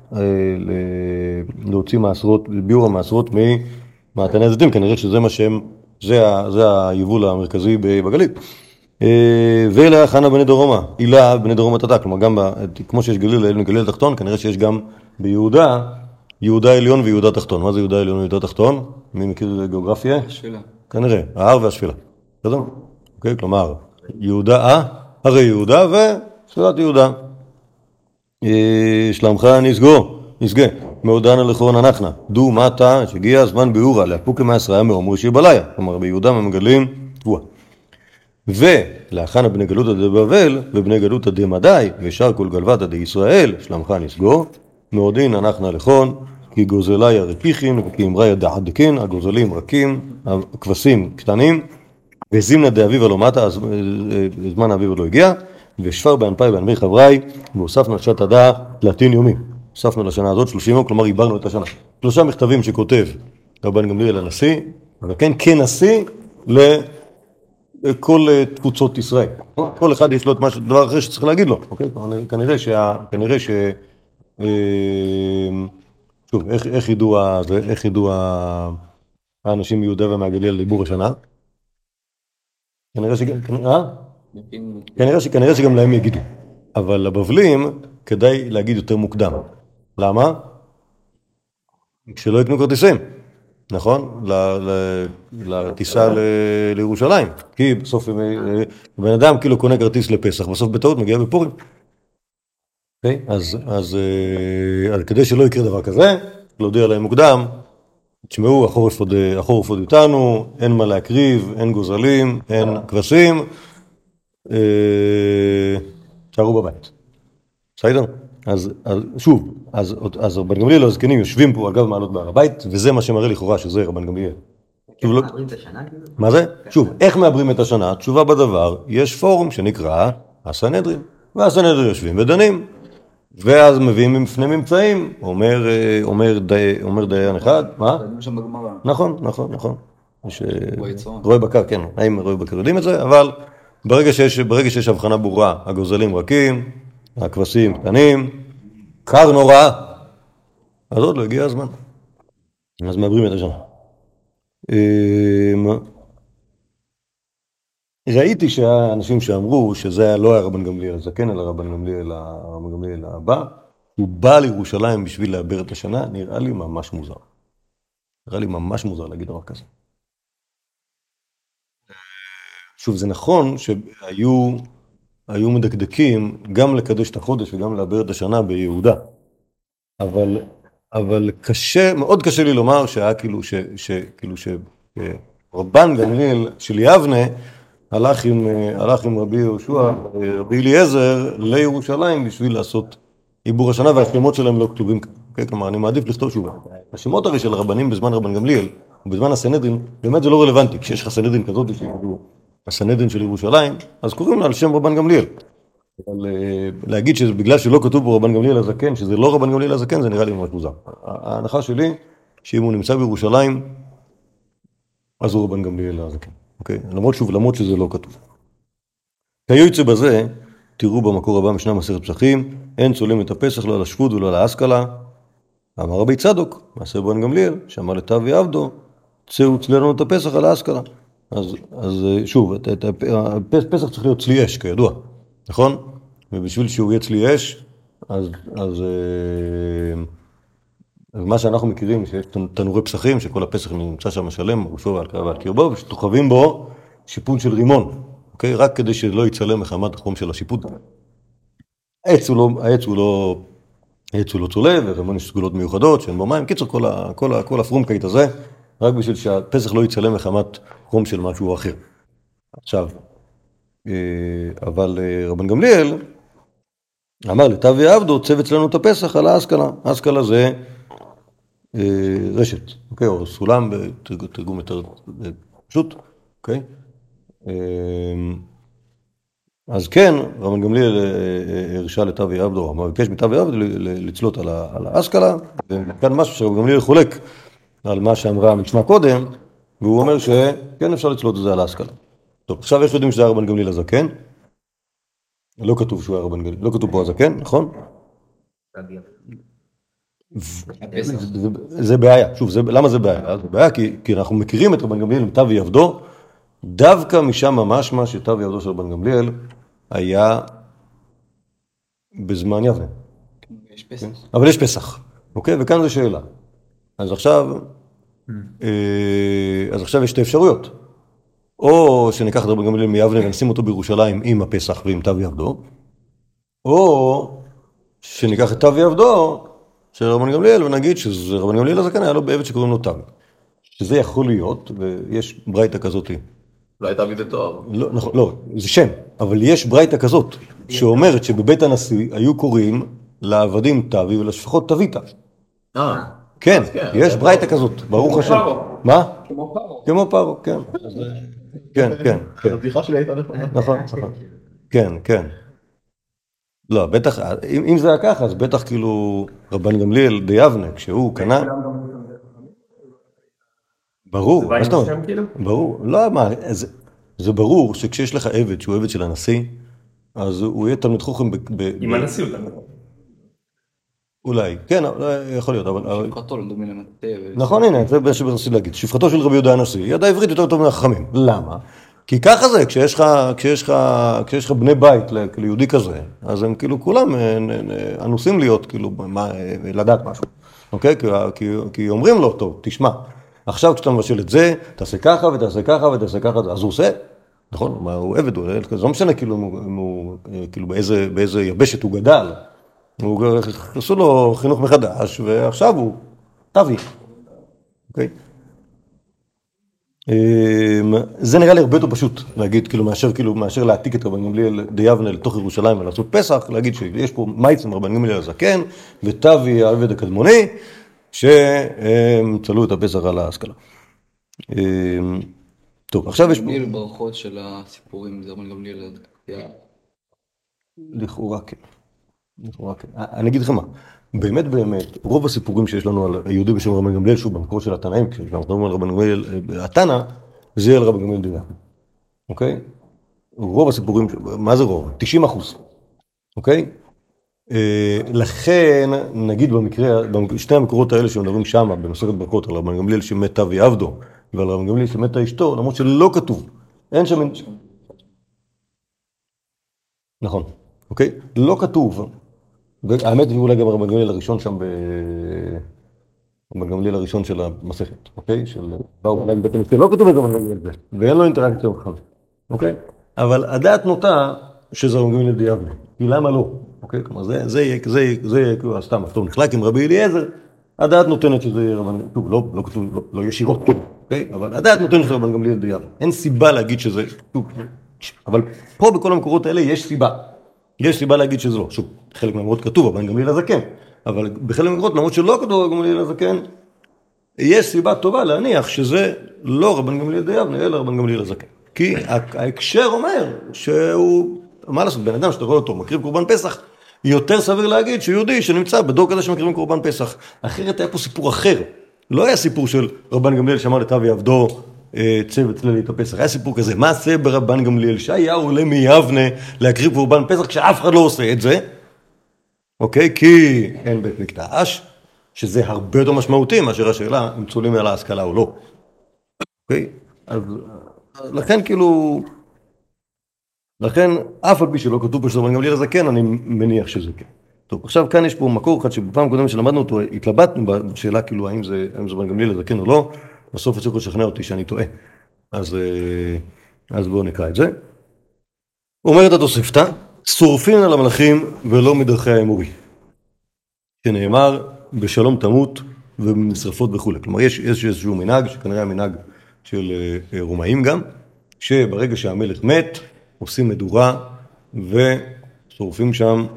A: להוציא ביור המעשרות ממעתני הזיתים, כנראה שזה מה שהם, זה היבול המרכזי בגליל. ולהכנה בני דרומה, עילה בני דרומה תתה, כלומר גם כמו שיש גליל התחתון, כנראה שיש גם ביהודה, יהודה עליון ויהודה תחתון. מה זה יהודה עליון ויהודה תחתון? מי מכיר גיאוגרפיה?
B: השפלה.
A: כנראה, ההר והשפלה. בסדר? אוקיי, כלומר, יהודה, הרי יהודה ושפלת יהודה. שלמך נסגה, מעודן הלכון הנחנה, דו מטה, שהגיע הזמן ביורה, להפוק מעשריה מאומר שיבליה, כלומר ביהודה ממגלים תבואה. ולאחנה בני גלותא דבבל ובני גלותא דמדי ושאר כל גלוותא דישראל, שלמך נסגו, מעודין הנחנה לכון, כי גוזליה רקיחין וכי אמריה דעדקין, הגוזלים רקים, הכבשים קטנים, וזימנה דאביבה לא מטה, זמן האביבה לא הגיע, ושפר באנפי באנמי חברי, והוספנו לשעת הדעה תלתין יומי. הוספנו לשנה הזאת 30 יום, כלומר עיברנו את השנה. 3 מכתבים שכותב רבן גמליאל הנשיא, אבל כן כנשיא לכל תפוצות ישראל. כל אחד יש לו את דבר אחר שצריך להגיד לו. אוקיי? כנראה שוב, איך ידעו האנשים מיהודה ומהגליל על עיבור השנה? כנראה שגם להם יגידו. אבל לבבלים כדאי להגיד יותר מוקדם. למה? כשלא יקנו כרטיסים, נכון? לטיסה לירושלים. כי בסוף בן אדם כאילו קונה כרטיס לפסח, בסוף בטעות מגיע בפורים. אז כדי שלא יקרה דבר כזה, להודיע להם מוקדם, תשמעו, החורף עוד איתנו, אין מה להקריב, אין גוזלים, אין כבשים, תשארו בבית. בסדר? אז שוב, אז רבן גמליאל הזקנים יושבים פה אגב מעלות בהר הבית, וזה מה שמראה לכאורה שזה רבן גמליאל.
C: איך מעברים את השנה?
A: מה זה? שוב, איך מעברים את השנה? תשובה בדבר, יש פורום שנקרא הסנהדרין, והסנהדרין יושבים ודנים, ואז מביאים בפני ממצאים, אומר דיין אחד, מה? נכון. רועי בקר, כן, האם רועי בקר יודעים את זה, אבל ברגע שיש הבחנה ברורה, הגוזלים רכים, הכבשים קטנים, קר נורא, אז עוד לא הגיע הזמן. אז מעברים את השנה. ראיתי שהאנשים שאמרו שזה לא היה רבן גמליאל הזקן, אלא רבן גמליאל הבא, הוא בא לירושלים בשביל לעבר את השנה, נראה לי ממש מוזר להגיד דבר כזה. שוב, זה נכון שהיו מדקדקים גם לקדש את החודש וגם לעבר את השנה ביהודה, אבל מאוד קשה לי לומר שהיה כאילו שרבן גמליאל של יבנה הלך עם רבי יהושע, רבי אליעזר לירושלים בשביל לעשות עיבור השנה, והשמות שלהם לא כתובים. כלומר, אני מעדיף לכתוב שוב. השמות הרי של הרבנים בזמן רבן גמליאל ובזמן הסנהדרין, באמת זה לא רלוונטי. כשיש לך סנהדרין כזאת, הסנהדרין של ירושלים, אז קוראים לה על שם רבן גמליאל. אבל להגיד שבגלל שלא כתוב פה רבן גמליאל הזקן, שזה לא רבן גמליאל הזקן, זה נראה לי ממש מוזר. ההנחה שלי, שאם הוא נמצא בירושלים, אז הוא רבן גמליאל הזקן. אוקיי? למרות שזה לא כתוב. כיוצא בזה, תראו במקור הבא משנה מסכת פסחים, אין צולם את הפסח לא על השפוט ולא על האסכלה. אמר רבי צדוק, מעשה רבן גמליאל, שאמר לתבי עבדו, צאו צלי לנו את הפסח על האסכלה. אז שוב, הפסח צריך להיות צלי אש, כידוע, נכון? ובשביל שהוא יהיה צלי אש, אז מה שאנחנו מכירים, שיש תנורי פסחים, שכל הפסח נמצא שם שלם, ראשו ועל קרבו, ושתוכבים בו שיפוד של רימון, אוקיי? רק כדי שלא יצלם מחמת החום של השיפוד. העץ הוא לא צולב, ורימון יש סגולות מיוחדות, שאין בו מים. קיצור, כל הפרומקייט הזה, רק בשביל שהפסח לא יצלם מחמת חום של משהו אחר. עכשיו, אבל רבן גמליאל אמר לתבי עבדו, צבץ לנו את הפסח על האסכלה. האסכלה זה רשת, אוקיי? או סולם בתרגום יותר פשוט, אוקיי? אז כן, רבן גמליאל הרשה לתבי עבדו, אמר, ביקש מתבי עבדו לצלות על האסכלה, וכאן משהו שרבן גמליאל חולק על מה שאמרה המשנה קודם, והוא אומר שכן אפשר לצלות את זה על האסכלה. טוב, עכשיו יש יודעים שזה היה רבן גמליאל הזקן, לא כתוב שהוא היה רבן גמליאל, לא כתוב פה הזקן, נכון? זה בעיה, שוב, למה זה בעיה? זה בעיה כי אנחנו מכירים את רבן גמליאל עם תבי עבדו, דווקא משם ממש מה שתבי עבדו של רבן גמליאל היה בזמן יבנה.
B: יש פסח.
A: אבל יש פסח, אוקיי? וכאן זו שאלה. אז עכשיו יש שתי אפשרויות. או שניקח את רבן גמליאל מיבנה ונשים אותו בירושלים עם הפסח ועם תבי עבדו, או שניקח את תבי עבדו של רבן גמליאל ונגיד שזה רבן גמליאל הזקן היה לו בעבד שקוראים לו תבי. שזה יכול להיות, ויש ברייתא כזאת.
D: לא הייתה תבי בתואר.
A: לא, נכון, לא, זה שם, אבל יש ברייתא כזאת, שאומרת שבבית הנשיא היו קוראים לעבדים תבי ולשפחות תביתה. כן, יש ברייתא כזאת, ברוך השם. מה?
B: כמו פרו.
A: כמו פרו, כן. כן, כן.
D: הבדיחה שלי הייתה נכונה.
A: נכון, נכון. כן, כן. לא, בטח, אם זה היה ככה, אז בטח כאילו רבן גמליאל ביבנה, כשהוא קנה... ברור, מה שאתה אומר? ברור, לא, מה, זה ברור שכשיש לך עבד שהוא עבד של הנשיא, אז הוא יהיה תלמיד חוכם
D: עם הנשיא הוא תלמיד.
A: אולי, כן, יכול להיות, אבל...
B: שפחתו לא דומה למטה.
A: נכון, הנה, זה ברציתי להגיד, שפחתו של רבי יהודה הנשיא, ידע עברית יותר טוב מהחכמים. למה? כי ככה זה, כשיש לך בני בית ליהודי כזה, אז הם כאילו כולם אנוסים להיות, כאילו, לדעת משהו, אוקיי? כי אומרים לו, טוב, תשמע, עכשיו כשאתה מבשל את זה, תעשה ככה ותעשה ככה ותעשה ככה, אז הוא עושה, נכון? הוא עבד, זה לא משנה כאילו באיזה יבשת הוא גדל, עשו לו חינוך מחדש, ועכשיו הוא תבי, אוקיי? זה נראה לי הרבה יותר פשוט להגיד, מאשר להעתיק את רבן גמליאל דיבנה לתוך ירושלים ולעשות פסח, להגיד שיש פה מייצם רבן גמליאל הזקן ותבי העבד הקדמוני, שהם צלו את הפסח על ההשכלה. טוב, עכשיו יש פה...
B: גמליאל ברכות של הסיפורים, זה רבן גמליאל
A: לכאורה כן. אני אגיד לכם מה, באמת, רוב הסיפורים שיש לנו על היהודי בשם רבן גמליאל, שהוא במקור של התנאים, כשאנחנו מדברים על רבן גמליאל, התנא, זה יהיה על רבן גמליאל דיבנה. אוקיי? רוב הסיפורים, מה זה רוב? 90%. אוקיי? לכן, נגיד במקרה, שני המקורות האלה שמדברים שם, במסכת ברכות, על רבן גמליאל שמת תבי עבדו, ועל רבן גמליאל שמתה אשתו, למרות שלא כתוב. אין שם... נכון. אוקיי? לא כתוב. האמת היא אולי גם רבן גמליאל הראשון שם רבן גמליאל הראשון של המסכת, אוקיי? באו אולי בבית המשפט, לא כתוב את רבן גמליאל זה, ואין לו אינטראקציה בכלל, אוקיי? אבל הדעת נוטה שזה רבן גמליאל דיבנה, כי למה לא? אוקיי? כלומר, זה יהיה כאילו סתם, אפתור נחלק עם רבי אליעזר, הדעת נותנת שזה יהיה רבן גמליאל, טוב, לא כתוב, לא ישירות, אוקיי? אבל הדעת נותנת שזה רבן גמליאל דיבנה, אין סיבה להגיד שזה, אבל פה בכל המקורות האלה יש סיבה. יש סיבה להגיד שזה לא. שוב, חלק מהמקורות כתוב, רבן גמליאל הזקן. אבל בחלק מהמקורות, למרות שלא כתוב רבן גמליאל הזקן, יש סיבה טובה להניח שזה לא רבן גמליאל דיבנה, אלא רבן גמליאל הזקן. כי ההקשר אומר שהוא מה לעשות, בן אדם שאתה רואה אותו, מקריב קורבן פסח, יותר סביר להגיד שהוא יהודי שנמצא בדור כזה שמקריבים קורבן פסח. אחרת היה פה סיפור אחר. לא היה סיפור של רבן גמליאל שאמר לתו יעבדו צא וצלה לי את הפסח. היה סיפור כזה, מה עשה ברבן גמליאל? שהיה עולה מיבנה להקריב קורבן פסח כשאף אחד לא עושה את זה. אוקיי? כי אין בית מקדש, שזה הרבה יותר משמעותי מאשר השאלה אם צולים על ההשכלה או לא. אוקיי? אז לכן כאילו, לכן אף על פי שלא כתוב פה שרבן גמליאל הזקן, אני מניח שזה כן. טוב, עכשיו כאן יש פה מקור אחד שבפעם קודמת שלמדנו אותו, התלבטנו בשאלה כאילו האם זה רבן גמליאל הזקן או לא, בסוף הצליחו לשכנע אותי שאני טועה. אז בואו נקרא את זה. אומרת התוספתא, שורפין על המלאכים ולא מדרכי האמורי. שנאמר, בשלום תמות ובמשרפות וכו'. כלומר, יש איזשהו מנהג, שכנראה המנהג של רומאים גם, שברגע שהמלך מת, עושים מדורה ושורפים שם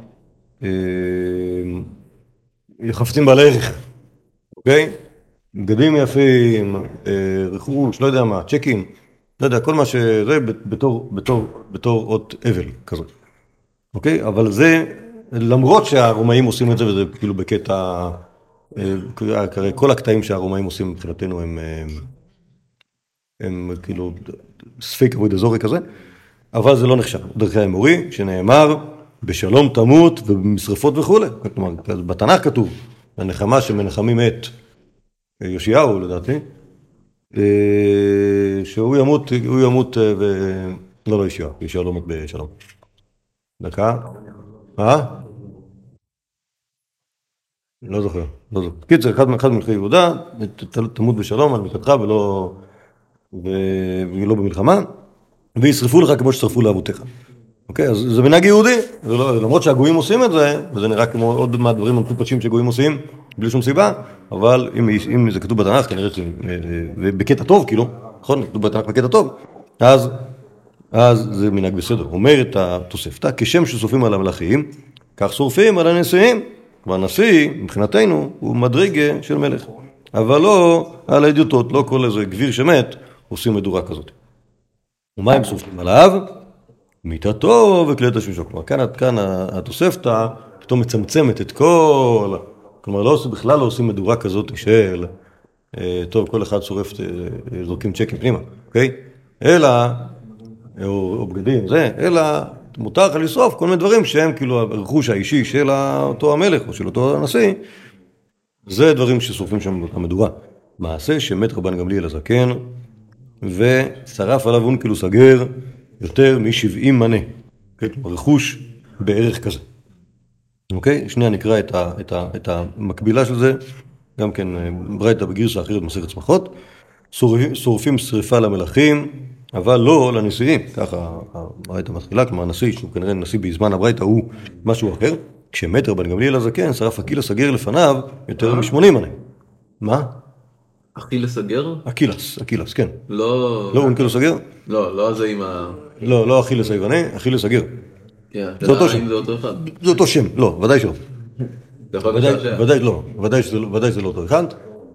A: חפצים בעל ערך, אוקיי? בגדים יפים, רכוש, לא יודע מה, צ'קים, לא יודע, כל מה שזה בתור אות אבל כזה. אוקיי? אבל זה, למרות שהרומאים עושים את זה, וזה כאילו בקטע, כל הקטעים שהרומאים עושים מבחינתנו הם כאילו ספק אבוי דזורי כזה, אבל זה לא נחשב. דרכי האמורי, שנאמר, בשלום תמות ובמשרפות וכו'. כלומר, בתנ"ך כתוב, הנחמה שמנחמים את יאשיהו, לדעתי, שהוא ימות לא יאשיהו לא מת בשלום. דקה. לא זוכר. קיצר, אחד מלכי יהודה, תמות בשלום על מיתתך ולא במלחמה, וישרפו לך כמו ששרפו לאבותיך. אוקיי, אז זה מנהג יהודי, למרות שהגויים עושים את זה, וזה נראה כמו עוד מהדברים המקופשים שגויים עושים, בלי שום סיבה, אבל אם זה כתוב בתנ"ך, כנראה בקטע טוב, כאילו, נכון, כתוב בתנ"ך בקטע טוב, אז זה מנהג בסדר. אומרת התוספתא, כשם ששורפים על המלכים, כך שורפים על הנשיאים. כלומר, נשיא, מבחינתנו, הוא מדרגה של מלך. אבל לא על העדותות, לא כל איזה גביר שמת, עושים מדורה כזאת. ומה הם שורפים עליו? מיתתו וכלי תשמישו. כלומר, כאן התוספתא פתאום מצמצמת את כל... כלומר, בכלל לא עושים מדורה כזאת של... טוב, כל אחד שורף, זורקים צ'קים פנימה, אוקיי? אלא... או בגדים, אלא מותר לך לשרוף כל מיני דברים שהם כאילו הרכוש האישי של אותו המלך או של אותו הנשיא, זה דברים ששורפים שם במדורה. מעשה שמת רבן גמליאל הזקן ושרף עליו אונקלוס הגר יותר מ70 מנה, רכוש בערך כזה. אוקיי? שנייה נקרא את המקבילה של זה, גם כן ברייתא בגרסה אחרת מסכת שמחות. שורפים שריפה למלכים, אבל לא לנשיאים. ככה הברייתא מתחילה, כלומר הנשיא, שהוא כנראה נשיא בזמן הברייתא, הוא משהו אחר. כשמת רבן גמליאל הזקן, שרף אקילס הגר לפניו יותר מ80 מנה. מה?
D: אקילס הגר?
A: אקילס, כן.
D: לא
A: אונקלוס הגר?
D: לא זה עם ה...
A: לא אקילס היווני, אקילס הגר.
D: זה אותו שם. זה אותו אחד.
A: זה אותו שם, לא, ודאי שלא.
D: זה יכול לשעשע.
A: ודאי שזה לא אותו אחד.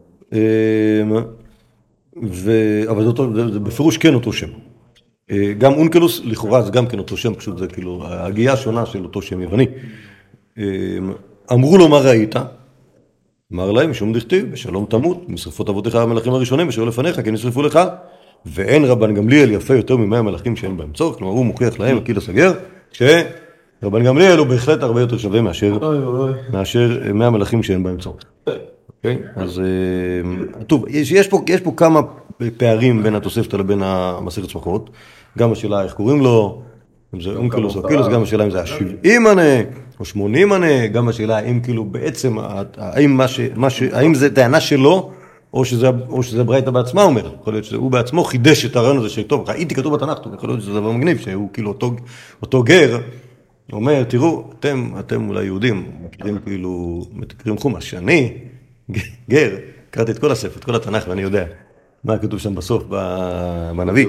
A: אבל זה בפירוש כן אותו שם. גם אונקלוס, לכאורה זה גם כן אותו שם, פשוט זה כאילו ההגייה השונה של אותו שם יווני. אמרו לו מה ראית? אמר להם, משום דכתיב, בשלום תמות, משרפות אבותיך המלכים הראשונים, ושאול לפניך, כן ישרפו לך. ואין רבן גמליאל יפה יותר מ100 מלכים שאין בהם צורך, כלומר הוא מוכיח להם אקילס הגר, שרבן גמליאל הוא בהחלט הרבה יותר שווה מאשר 100 מלכים שאין בהם צורך. אוקיי? אז טוב, יש פה כמה פערים בין התוספתא לבין המסכת שמחות, גם השאלה איך קוראים לו, אם זה אונקלוס או אקילוס, גם השאלה אם זה היה 70 מנה או 80 מנה, גם השאלה האם כאילו בעצם, האם זה טענה שלו, או שזה ברייתא בעצמה אומר, יכול להיות שהוא בעצמו חידש את הרעיון הזה שטוב, ראיתי כתוב בתנ"ך, יכול להיות שזה דבר מגניב, שהוא כאילו אותו גר, אומר, תראו, אתם אולי יהודים, מכירים חומש, שאני גר, קראתי את כל הספר, את כל התנ"ך, ואני יודע מה כתוב שם בסוף בנביא.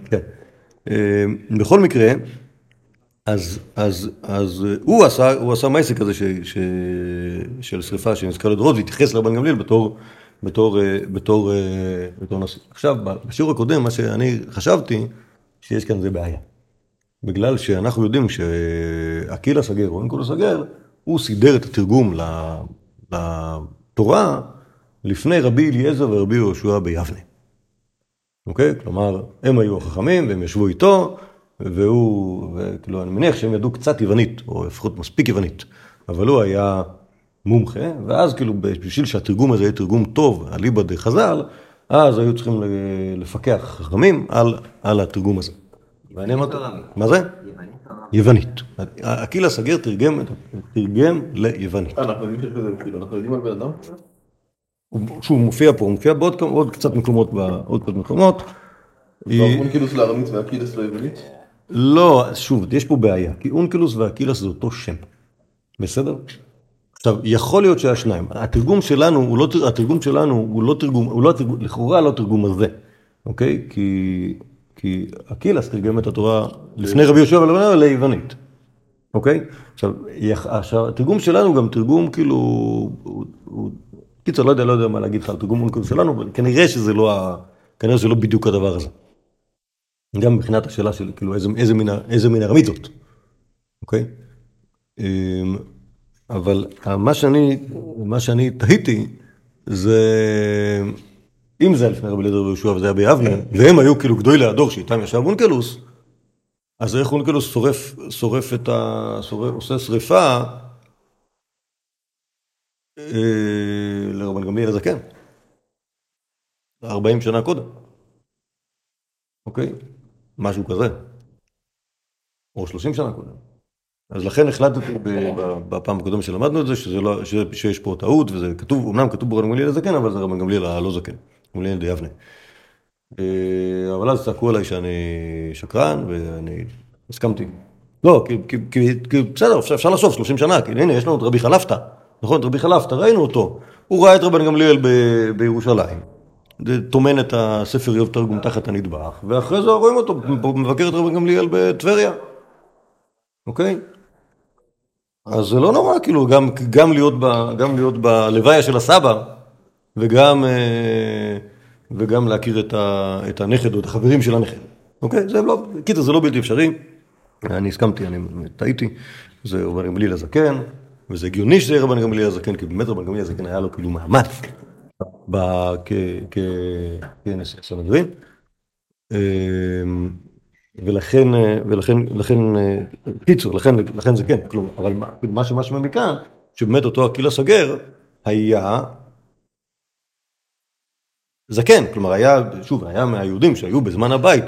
A: בכל מקרה, אז הוא עשה מעשה כזה של שריפה שנזכר לדורות, והתייחס לרבן גמליאל בתור נשיא. עכשיו, בשיעור הקודם, מה שאני חשבתי, שיש כאן זה בעיה. בגלל שאנחנו יודעים שאקילס הגר, או אונקלוס הגר, הוא סידר את התרגום לתורה לפני רבי אליעזר ורבי יהושע ביבנה. אוקיי? כלומר, הם היו החכמים והם ישבו איתו, וכאילו, אני מניח שהם ידעו קצת יוונית, או לפחות מספיק יוונית, אבל הוא היה מומחה, ואז כאילו בשביל שהתרגום הזה יהיה תרגום טוב, אליבא דחז"ל, אז היו צריכים לפקח חכמים על התרגום הזה. מה זה? יוונית. אקילס הגר תרגם ליוונית.
D: אנחנו יודעים שיש בזה, אנחנו יודעים על בן אדם?
A: שהוא מופיע פה, הוא מופיע בעוד קצת מקומות,
D: אונקלוס לארמית ואקילס ליוונית?
A: לא, שוב, יש פה בעיה, כי אונקלוס ואקילס זה אותו שם. בסדר? עכשיו, יכול להיות שהשניים. התרגום שלנו הוא לא תרגום, לכאורה לא תרגום הזה. אוקיי? כי אקילס תרגם את התורה לפני רבי יהושע ליוונית. אוקיי? עכשיו, התרגום שלנו הוא גם תרגום כאילו, קיצור, לא יודע מה להגיד לך על תרגום אונקלוס שלנו, אבל כנראה שזה לא בדיוק הדבר הזה. גם מבחינת השאלה של כאילו איזה מין ארמית זאת. אוקיי? אבל מה שאני תהיתי זה, אם זה לפני רבי אליעזר ויהושע וזה היה ביבנה, והם היו כאילו גדולי הדור שאיתם ישב אונקלוס, אז איך אונקלוס עושה שריפה לרבן גמליאל הזקן. 40 שנה קודם. אוקיי? משהו כזה. או 30 שנה קודם. אז לכן החלטתי בפעם הקודם שלמדנו את זה, שיש פה טעות, וזה כתוב, אמנם כתוב ברבן גמליאל הזקן, אבל זה רבן גמליאל הלא זקן, גמליאל דיבנה. אבל אז צעקו עליי שאני שקרן, ואני הסכמתי. לא, כי בסדר, אפשר לחשוב 30 שנה, כי הנה, יש לנו את רבי חלפתא, נכון? את רבי חלפתא, ראינו אותו. הוא ראה את רבן גמליאל בירושלים. תומן את הספר איוב תרגום תחת הנדבך, ואחרי זה רואים אותו, מבקר את רבן גמליאל בטבריה. אוקיי? אז זה לא נורא, כאילו, גם להיות בלוויה של הסבא, וגם להכיר את הנכד או את החברים של הנכד. אוקיי? זה לא בלתי אפשרי. אני הסכמתי, אני טעיתי. זה רבן גמליאל הזקן, וזה הגיוני שזה רבן גמליאל הזקן, כי באמת רבן גמליאל הזקן היה לו כאילו מעמד כנשיא הסנהדרין. ולכן קיצור, לכן זה כן, כלום, אבל מה שמשמע מכאן, שבאמת אותו אקילס הגר היה זקן, כלומר היה מהיהודים שהיו בזמן הבית,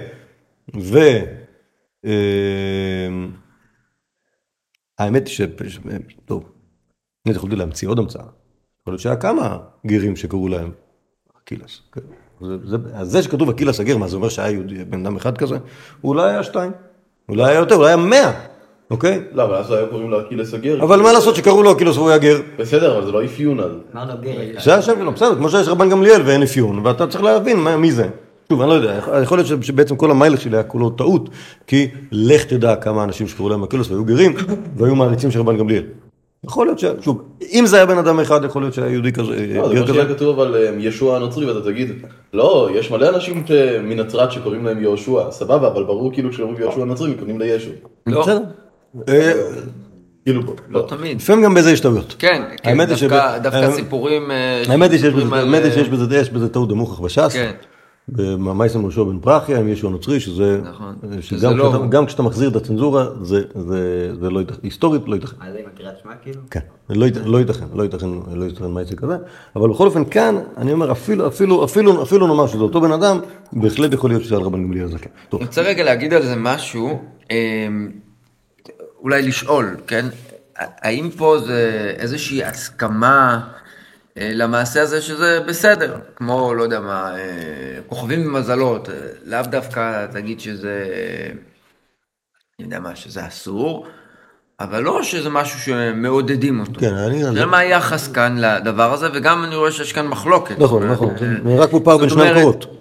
A: האמת היא טוב, אני יכולתי להמציא עוד המצאה, יכול להיות שהיה כמה גרים שקראו להם אקילס, אז זה שכתוב אקילס הגר, מה זה אומר שהיה בן אדם אחד כזה? אולי היה 2, אולי היה יותר, אולי היה 100, אוקיי?
D: לא, אבל אז היה קוראים לו אקילס הגר.
A: אבל מה לעשות שקראו לו אקילס והוא היה גר?
D: בסדר, אבל זה לא אפיון אז.
A: זה השם שלו, בסדר, כמו שיש רבן גמליאל ואין אפיון, ואתה צריך להבין מי זה. שוב, אני לא יודע, יכול להיות שבעצם כל המיילה שלי היה כולו טעות, כי לך תדע כמה אנשים שקראו להם אקילס והיו גרים, והיו מעריצים של רבן גמליאל. יכול להיות שוב, אם זה היה בן אדם אחד, יכול להיות שהיה יהודי כזה,
D: לא, זה מה שיהיה כתוב על ישוע הנוצרי, ואתה תגיד, לא, יש מלא אנשים מנצרת שקוראים להם יהושע, סבבה, אבל ברור כאילו כשאומרים יהושע הנוצרי, מתכוונים לישו.
B: לא.
D: כאילו,
B: לא תמיד.
A: לפעמים גם בזה יש טעויות.
B: כן, דווקא סיפורים...
A: האמת היא שיש בזה טעות דמוכח בש"ס. כן. במאמייסם ראשו בן פרחיה, עם ישו הנוצרי, שזה... נכון. שגם כשאתה מחזיר את הצנזורה, זה לא ייתכן, היסטורית לא ייתכן.
C: זה עם הקריאת שמע כאילו?
A: כן, לא ייתכן מייסם כזה, אבל בכל אופן כאן, אני אומר, אפילו נאמר שזה אותו בן אדם, בהחלט יכול להיות שזה על רבן גמליאל הזקן.
B: אני רוצה רגע להגיד על זה משהו, אולי לשאול, כן? האם פה זה איזושהי הסכמה למעשה הזה שזה בסדר, כמו, לא יודע מה, כוכבים ומזלות, לאו דווקא תגיד שזה, אני יודע מה, שזה אסור, אבל לא שזה משהו שמעודדים אותו.
A: כן,
B: זה מה היחס כאן לדבר הזה, וגם אני רואה שיש כאן מחלוקת.
A: נכון, רק מופר בין שני המקורות.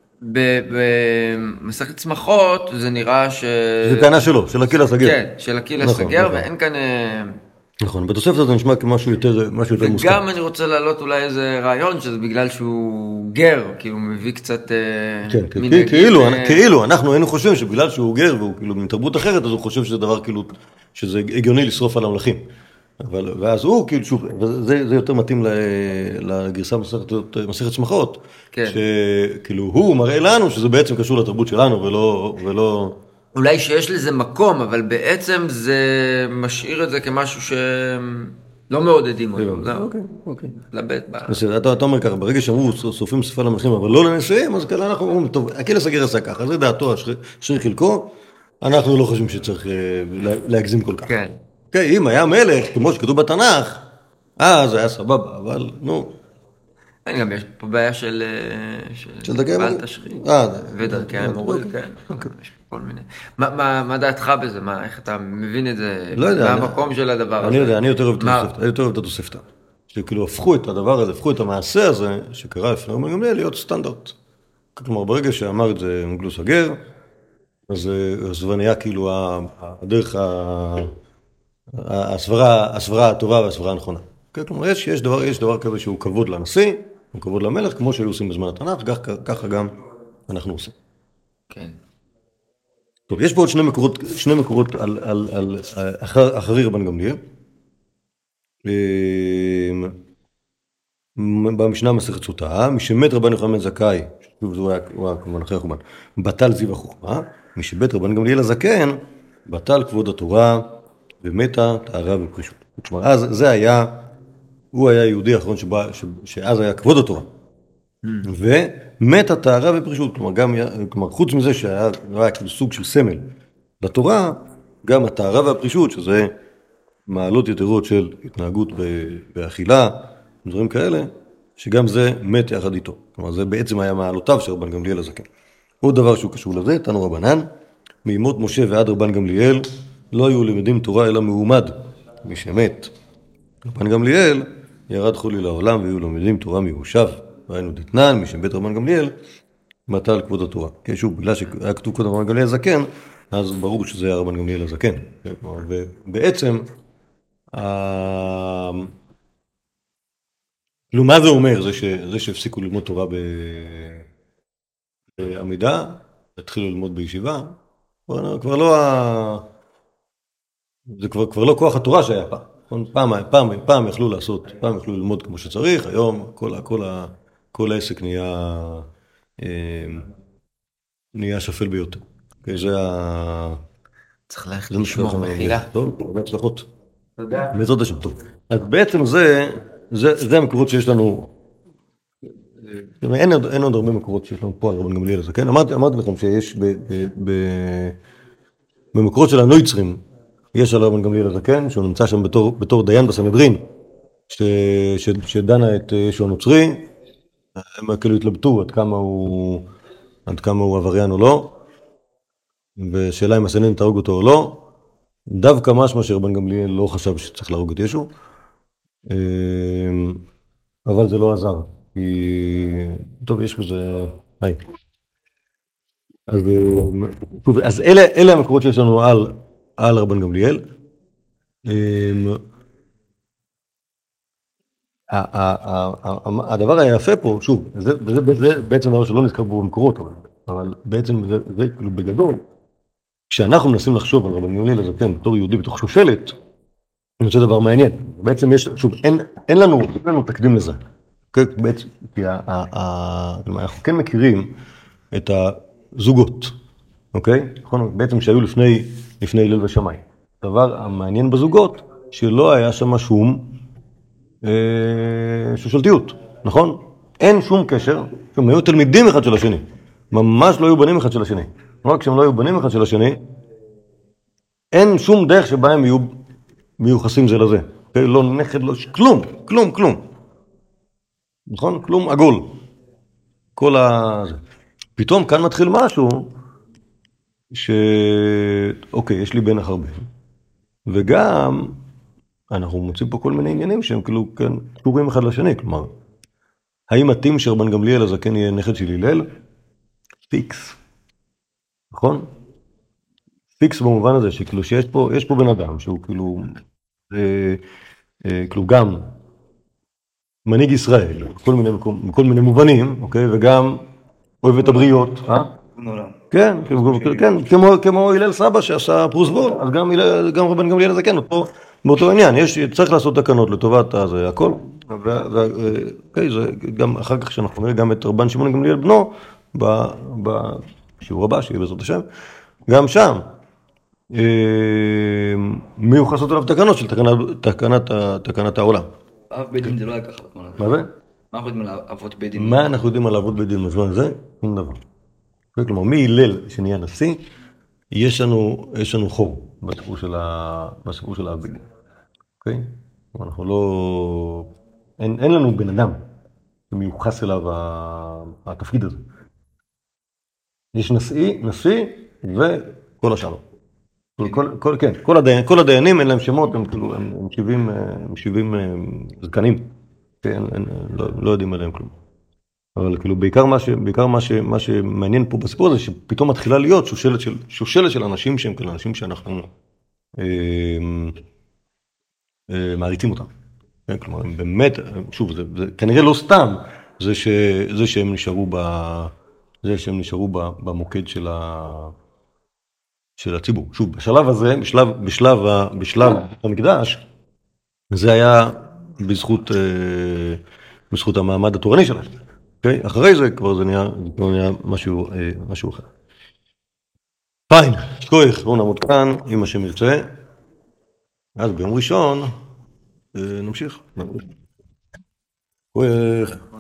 B: במסכת צמחות זה נראה ש...
A: זה טענה שלו, של אקילס הגר.
B: כן, של אקילס הגר, ואין כאן
A: נכון, בתוספתא זה נשמע כמשהו יותר מוסכם.
B: וגם אני רוצה להעלות אולי איזה רעיון, שזה בגלל שהוא גר, כאילו הוא מביא קצת
A: כן,
B: מנהגים,
A: כאילו, אנחנו היינו חושבים שבגלל שהוא גר והוא כאילו מתרבות אחרת, אז הוא חושב שזה דבר כאילו, שזה הגיוני לשרוף על המלכים. ואז הוא כאילו, שוב, זה יותר מתאים לגרסה מסכת שמחות,
B: כן.
A: שכאילו הוא מראה לנו שזה בעצם קשור לתרבות שלנו ולא...
B: אולי שיש לזה מקום, אבל בעצם זה משאיר את זה כמשהו שלא מעודדים אותו.
A: אוקיי.
B: לבית בה.
A: בסדר, אתה אומר ככה, ברגע שאמרו שורפים שרפה למלכים, אבל לא לנשיאים, אז כאלה אנחנו אומרים, טוב, הכנס הגר עשה ככה, זה דעתו, אשרי חלקו, אנחנו לא חושבים שצריך להגזים כל כך.
B: כן.
A: אוקיי, אם היה מלך, כמו שכתוב בתנ"ך, אז היה סבבה, אבל נו.
B: גם יש פה בעיה של
A: דרכי
B: בעל
A: המורים.
B: תשחית. ודרכי המורים, כן. יש כל מיני. מה דעתך בזה? איך אתה מבין את זה?
A: לא יודע.
B: מה המקום של הדבר הזה?
A: אני יודע, אני יותר אוהב את התוספתא. שכאילו הפכו את הדבר הזה, הפכו את המעשה הזה, שקרה לפני רבן גמליאל, להיות סטנדרט. כלומר, ברגע שאמר את זה מגלוס הגר, אז זה נהיה כאילו הדרך הסברה הטובה והסברה הנכונה. כלומר, יש דבר כזה שהוא כבוד לנשיא, הוא כבוד למלך, כמו שהיו עושים בזמן התנ"ך, ככה גם אנחנו עושים.
B: כן.
A: טוב, יש פה עוד שני מקורות אחרי רבן גמליאל. במשנה מסכת סוטה, משמת רבן יוחנן בן זכאי, שוב הוא היה כמובן אחרי החורבן, בטל זיו החוכמה, משבט רבן גמליאל הזקן, בטל כבוד התורה, ומתה טהרה ופרישות. כלומר, אז הוא היה יהודי האחרון שאז היה כבוד התורה. ומתה טהרה ופרישות, כלומר, חוץ מזה שהיה כאילו סוג של סמל לתורה, גם הטהרה והפרישות, שזה מעלות יתרות של התנהגות באכילה, דברים כאלה, שגם זה מת יחד איתו. כלומר, זה בעצם היה מעלותיו של רבן גמליאל הזקן. עוד דבר שהוא קשור לזה, תנו רבנן, מימות משה ועד רבן גמליאל, לא היו לימדים תורה אלא מעומד, מי שמת. רבן גמליאל ירד חולי לעולם והיו לומדים תורה מיושב. ראינו דתנן, מי שמת רבן גמליאל, מטל כבוד התורה. כי שוב, בגלל שהיה כתוב קודם רבן גמליאל הזקן, אז ברור שזה היה רבן גמליאל הזקן. ובעצם, כאילו מה זה אומר? זה שהפסיקו ללמוד תורה בעמידה, התחילו ללמוד בישיבה, זה כבר לא כוח התורה שהיה פעם יכלו לעשות, פעם יכלו ללמוד כמו שצריך, היום כל העסק נהיה שפל ביותר.
B: צריך ללכת לשמור מחילה.
A: טוב, הרבה הצלחות. תודה. בעזרת השם, טוב. אז בעצם זה המקורות שיש לנו, אין עוד הרבה מקורות שיש לנו פה על רבן גמליאל הזקן. אמרתי לכם שיש במקורות של הנויצרים, יש על רבן גמליאל הזקן, שהוא נמצא שם בתור דיין בסנהדרין, שדנה את ישו הנוצרי, הם כאילו התלבטו עד כמה הוא עבריין או לא, ושאלה אם הסנהדרין תהרוג אותו או לא, דווקא משמע שרבן גמליאל לא חשב שצריך להרוג את ישו, אבל זה לא עזר, כי טוב, יש בזה, היי. אז אלה המקורות שיש לנו על רבן גמליאל. הדבר היפה פה, שוב, זה בעצם דבר שלא נזכר בו במקורות, אבל בעצם זה כאילו בגדול, כשאנחנו מנסים לחשוב על רבן גמליאל הזקן בתור יהודי בתוך שושלת, זה דבר מעניין. בעצם יש, שוב, אין לנו תקדים לזה. כי אנחנו כן מכירים את הזוגות, אוקיי? נכון? בעצם שהיו לפני הלל ושמאי. הדבר המעניין בזוגות, שלא היה שם שום שושלתיות, נכון? אין שום קשר, הם היו תלמידים אחד של השני, ממש לא היו בנים אחד של השני. רק כשהם לא היו בנים אחד של השני, אין שום דרך שבה הם יהיו מיוחסים זה לזה. לא נכד, לא, כלום. נכון? כלום עגול. כל זה. פתאום כאן מתחיל משהו, אוקיי, יש לי בן אחר בן, וגם אנחנו מוצאים פה כל מיני עניינים שהם כאילו, כן, קשורים אחד לשני, כלומר, האם מתאים שרבן גמליאל הזקן יהיה נכד של הלל? פיקס. נכון? פיקס במובן הזה שכאילו שיש פה בן אדם שהוא כאילו כאילו גם מנהיג ישראל, בכל מיני מובנים, אוקיי? וגם אוהב את הבריות, כן, כמו הלל סבא שעשה פרוסבול, אז גם רבן גמליאל הזה כן, באותו עניין, צריך לעשות תקנות לטובת זה, הכל, זה גם אחר כך שאנחנו נראה גם את רבן שמעון גמליאל בנו, בשיעור הבא, שיהיה בעזרת השם, גם שם, מיוחס לעשות עליו תקנות של תקנת העולם.
B: אב בית דין זה לא היה ככה.
A: מה זה?
B: מה אנחנו יודעים על אבות בית דין?
A: מה אנחנו יודעים על אבות בית דין בזמן הזה? שום דבר. כלומר, מהלל שנהיה נשיא, יש לנו חור בסיפור של האב בית דין. אוקיי? אנחנו לא... אין לנו בן אדם שמיוחס אליו התפקיד הזה. יש נשיא וכל השאר. כן, כל הדיינים אין להם שמות, הם 70 זקנים. לא יודעים עליהם כלום. אבל כאילו בעיקר מה שמעניין פה בסיפור הזה, שפתאום מתחילה להיות שושלת של אנשים שהם כאלה אנשים שאנחנו מעריצים אותם. כלומר, הם באמת, שוב, זה כנראה לא סתם, זה שהם נשארו במוקד של הציבור. שוב, בשלב הזה, בשלב המקדש, זה היה בזכות המעמד התורני שלהם. Okay? אחרי זה כבר זה נהיה משהו אחר. פיין, שכוח, בואו נעמוד כאן, אם השם ירצה. אז ביום ראשון נמשיך. שכוח.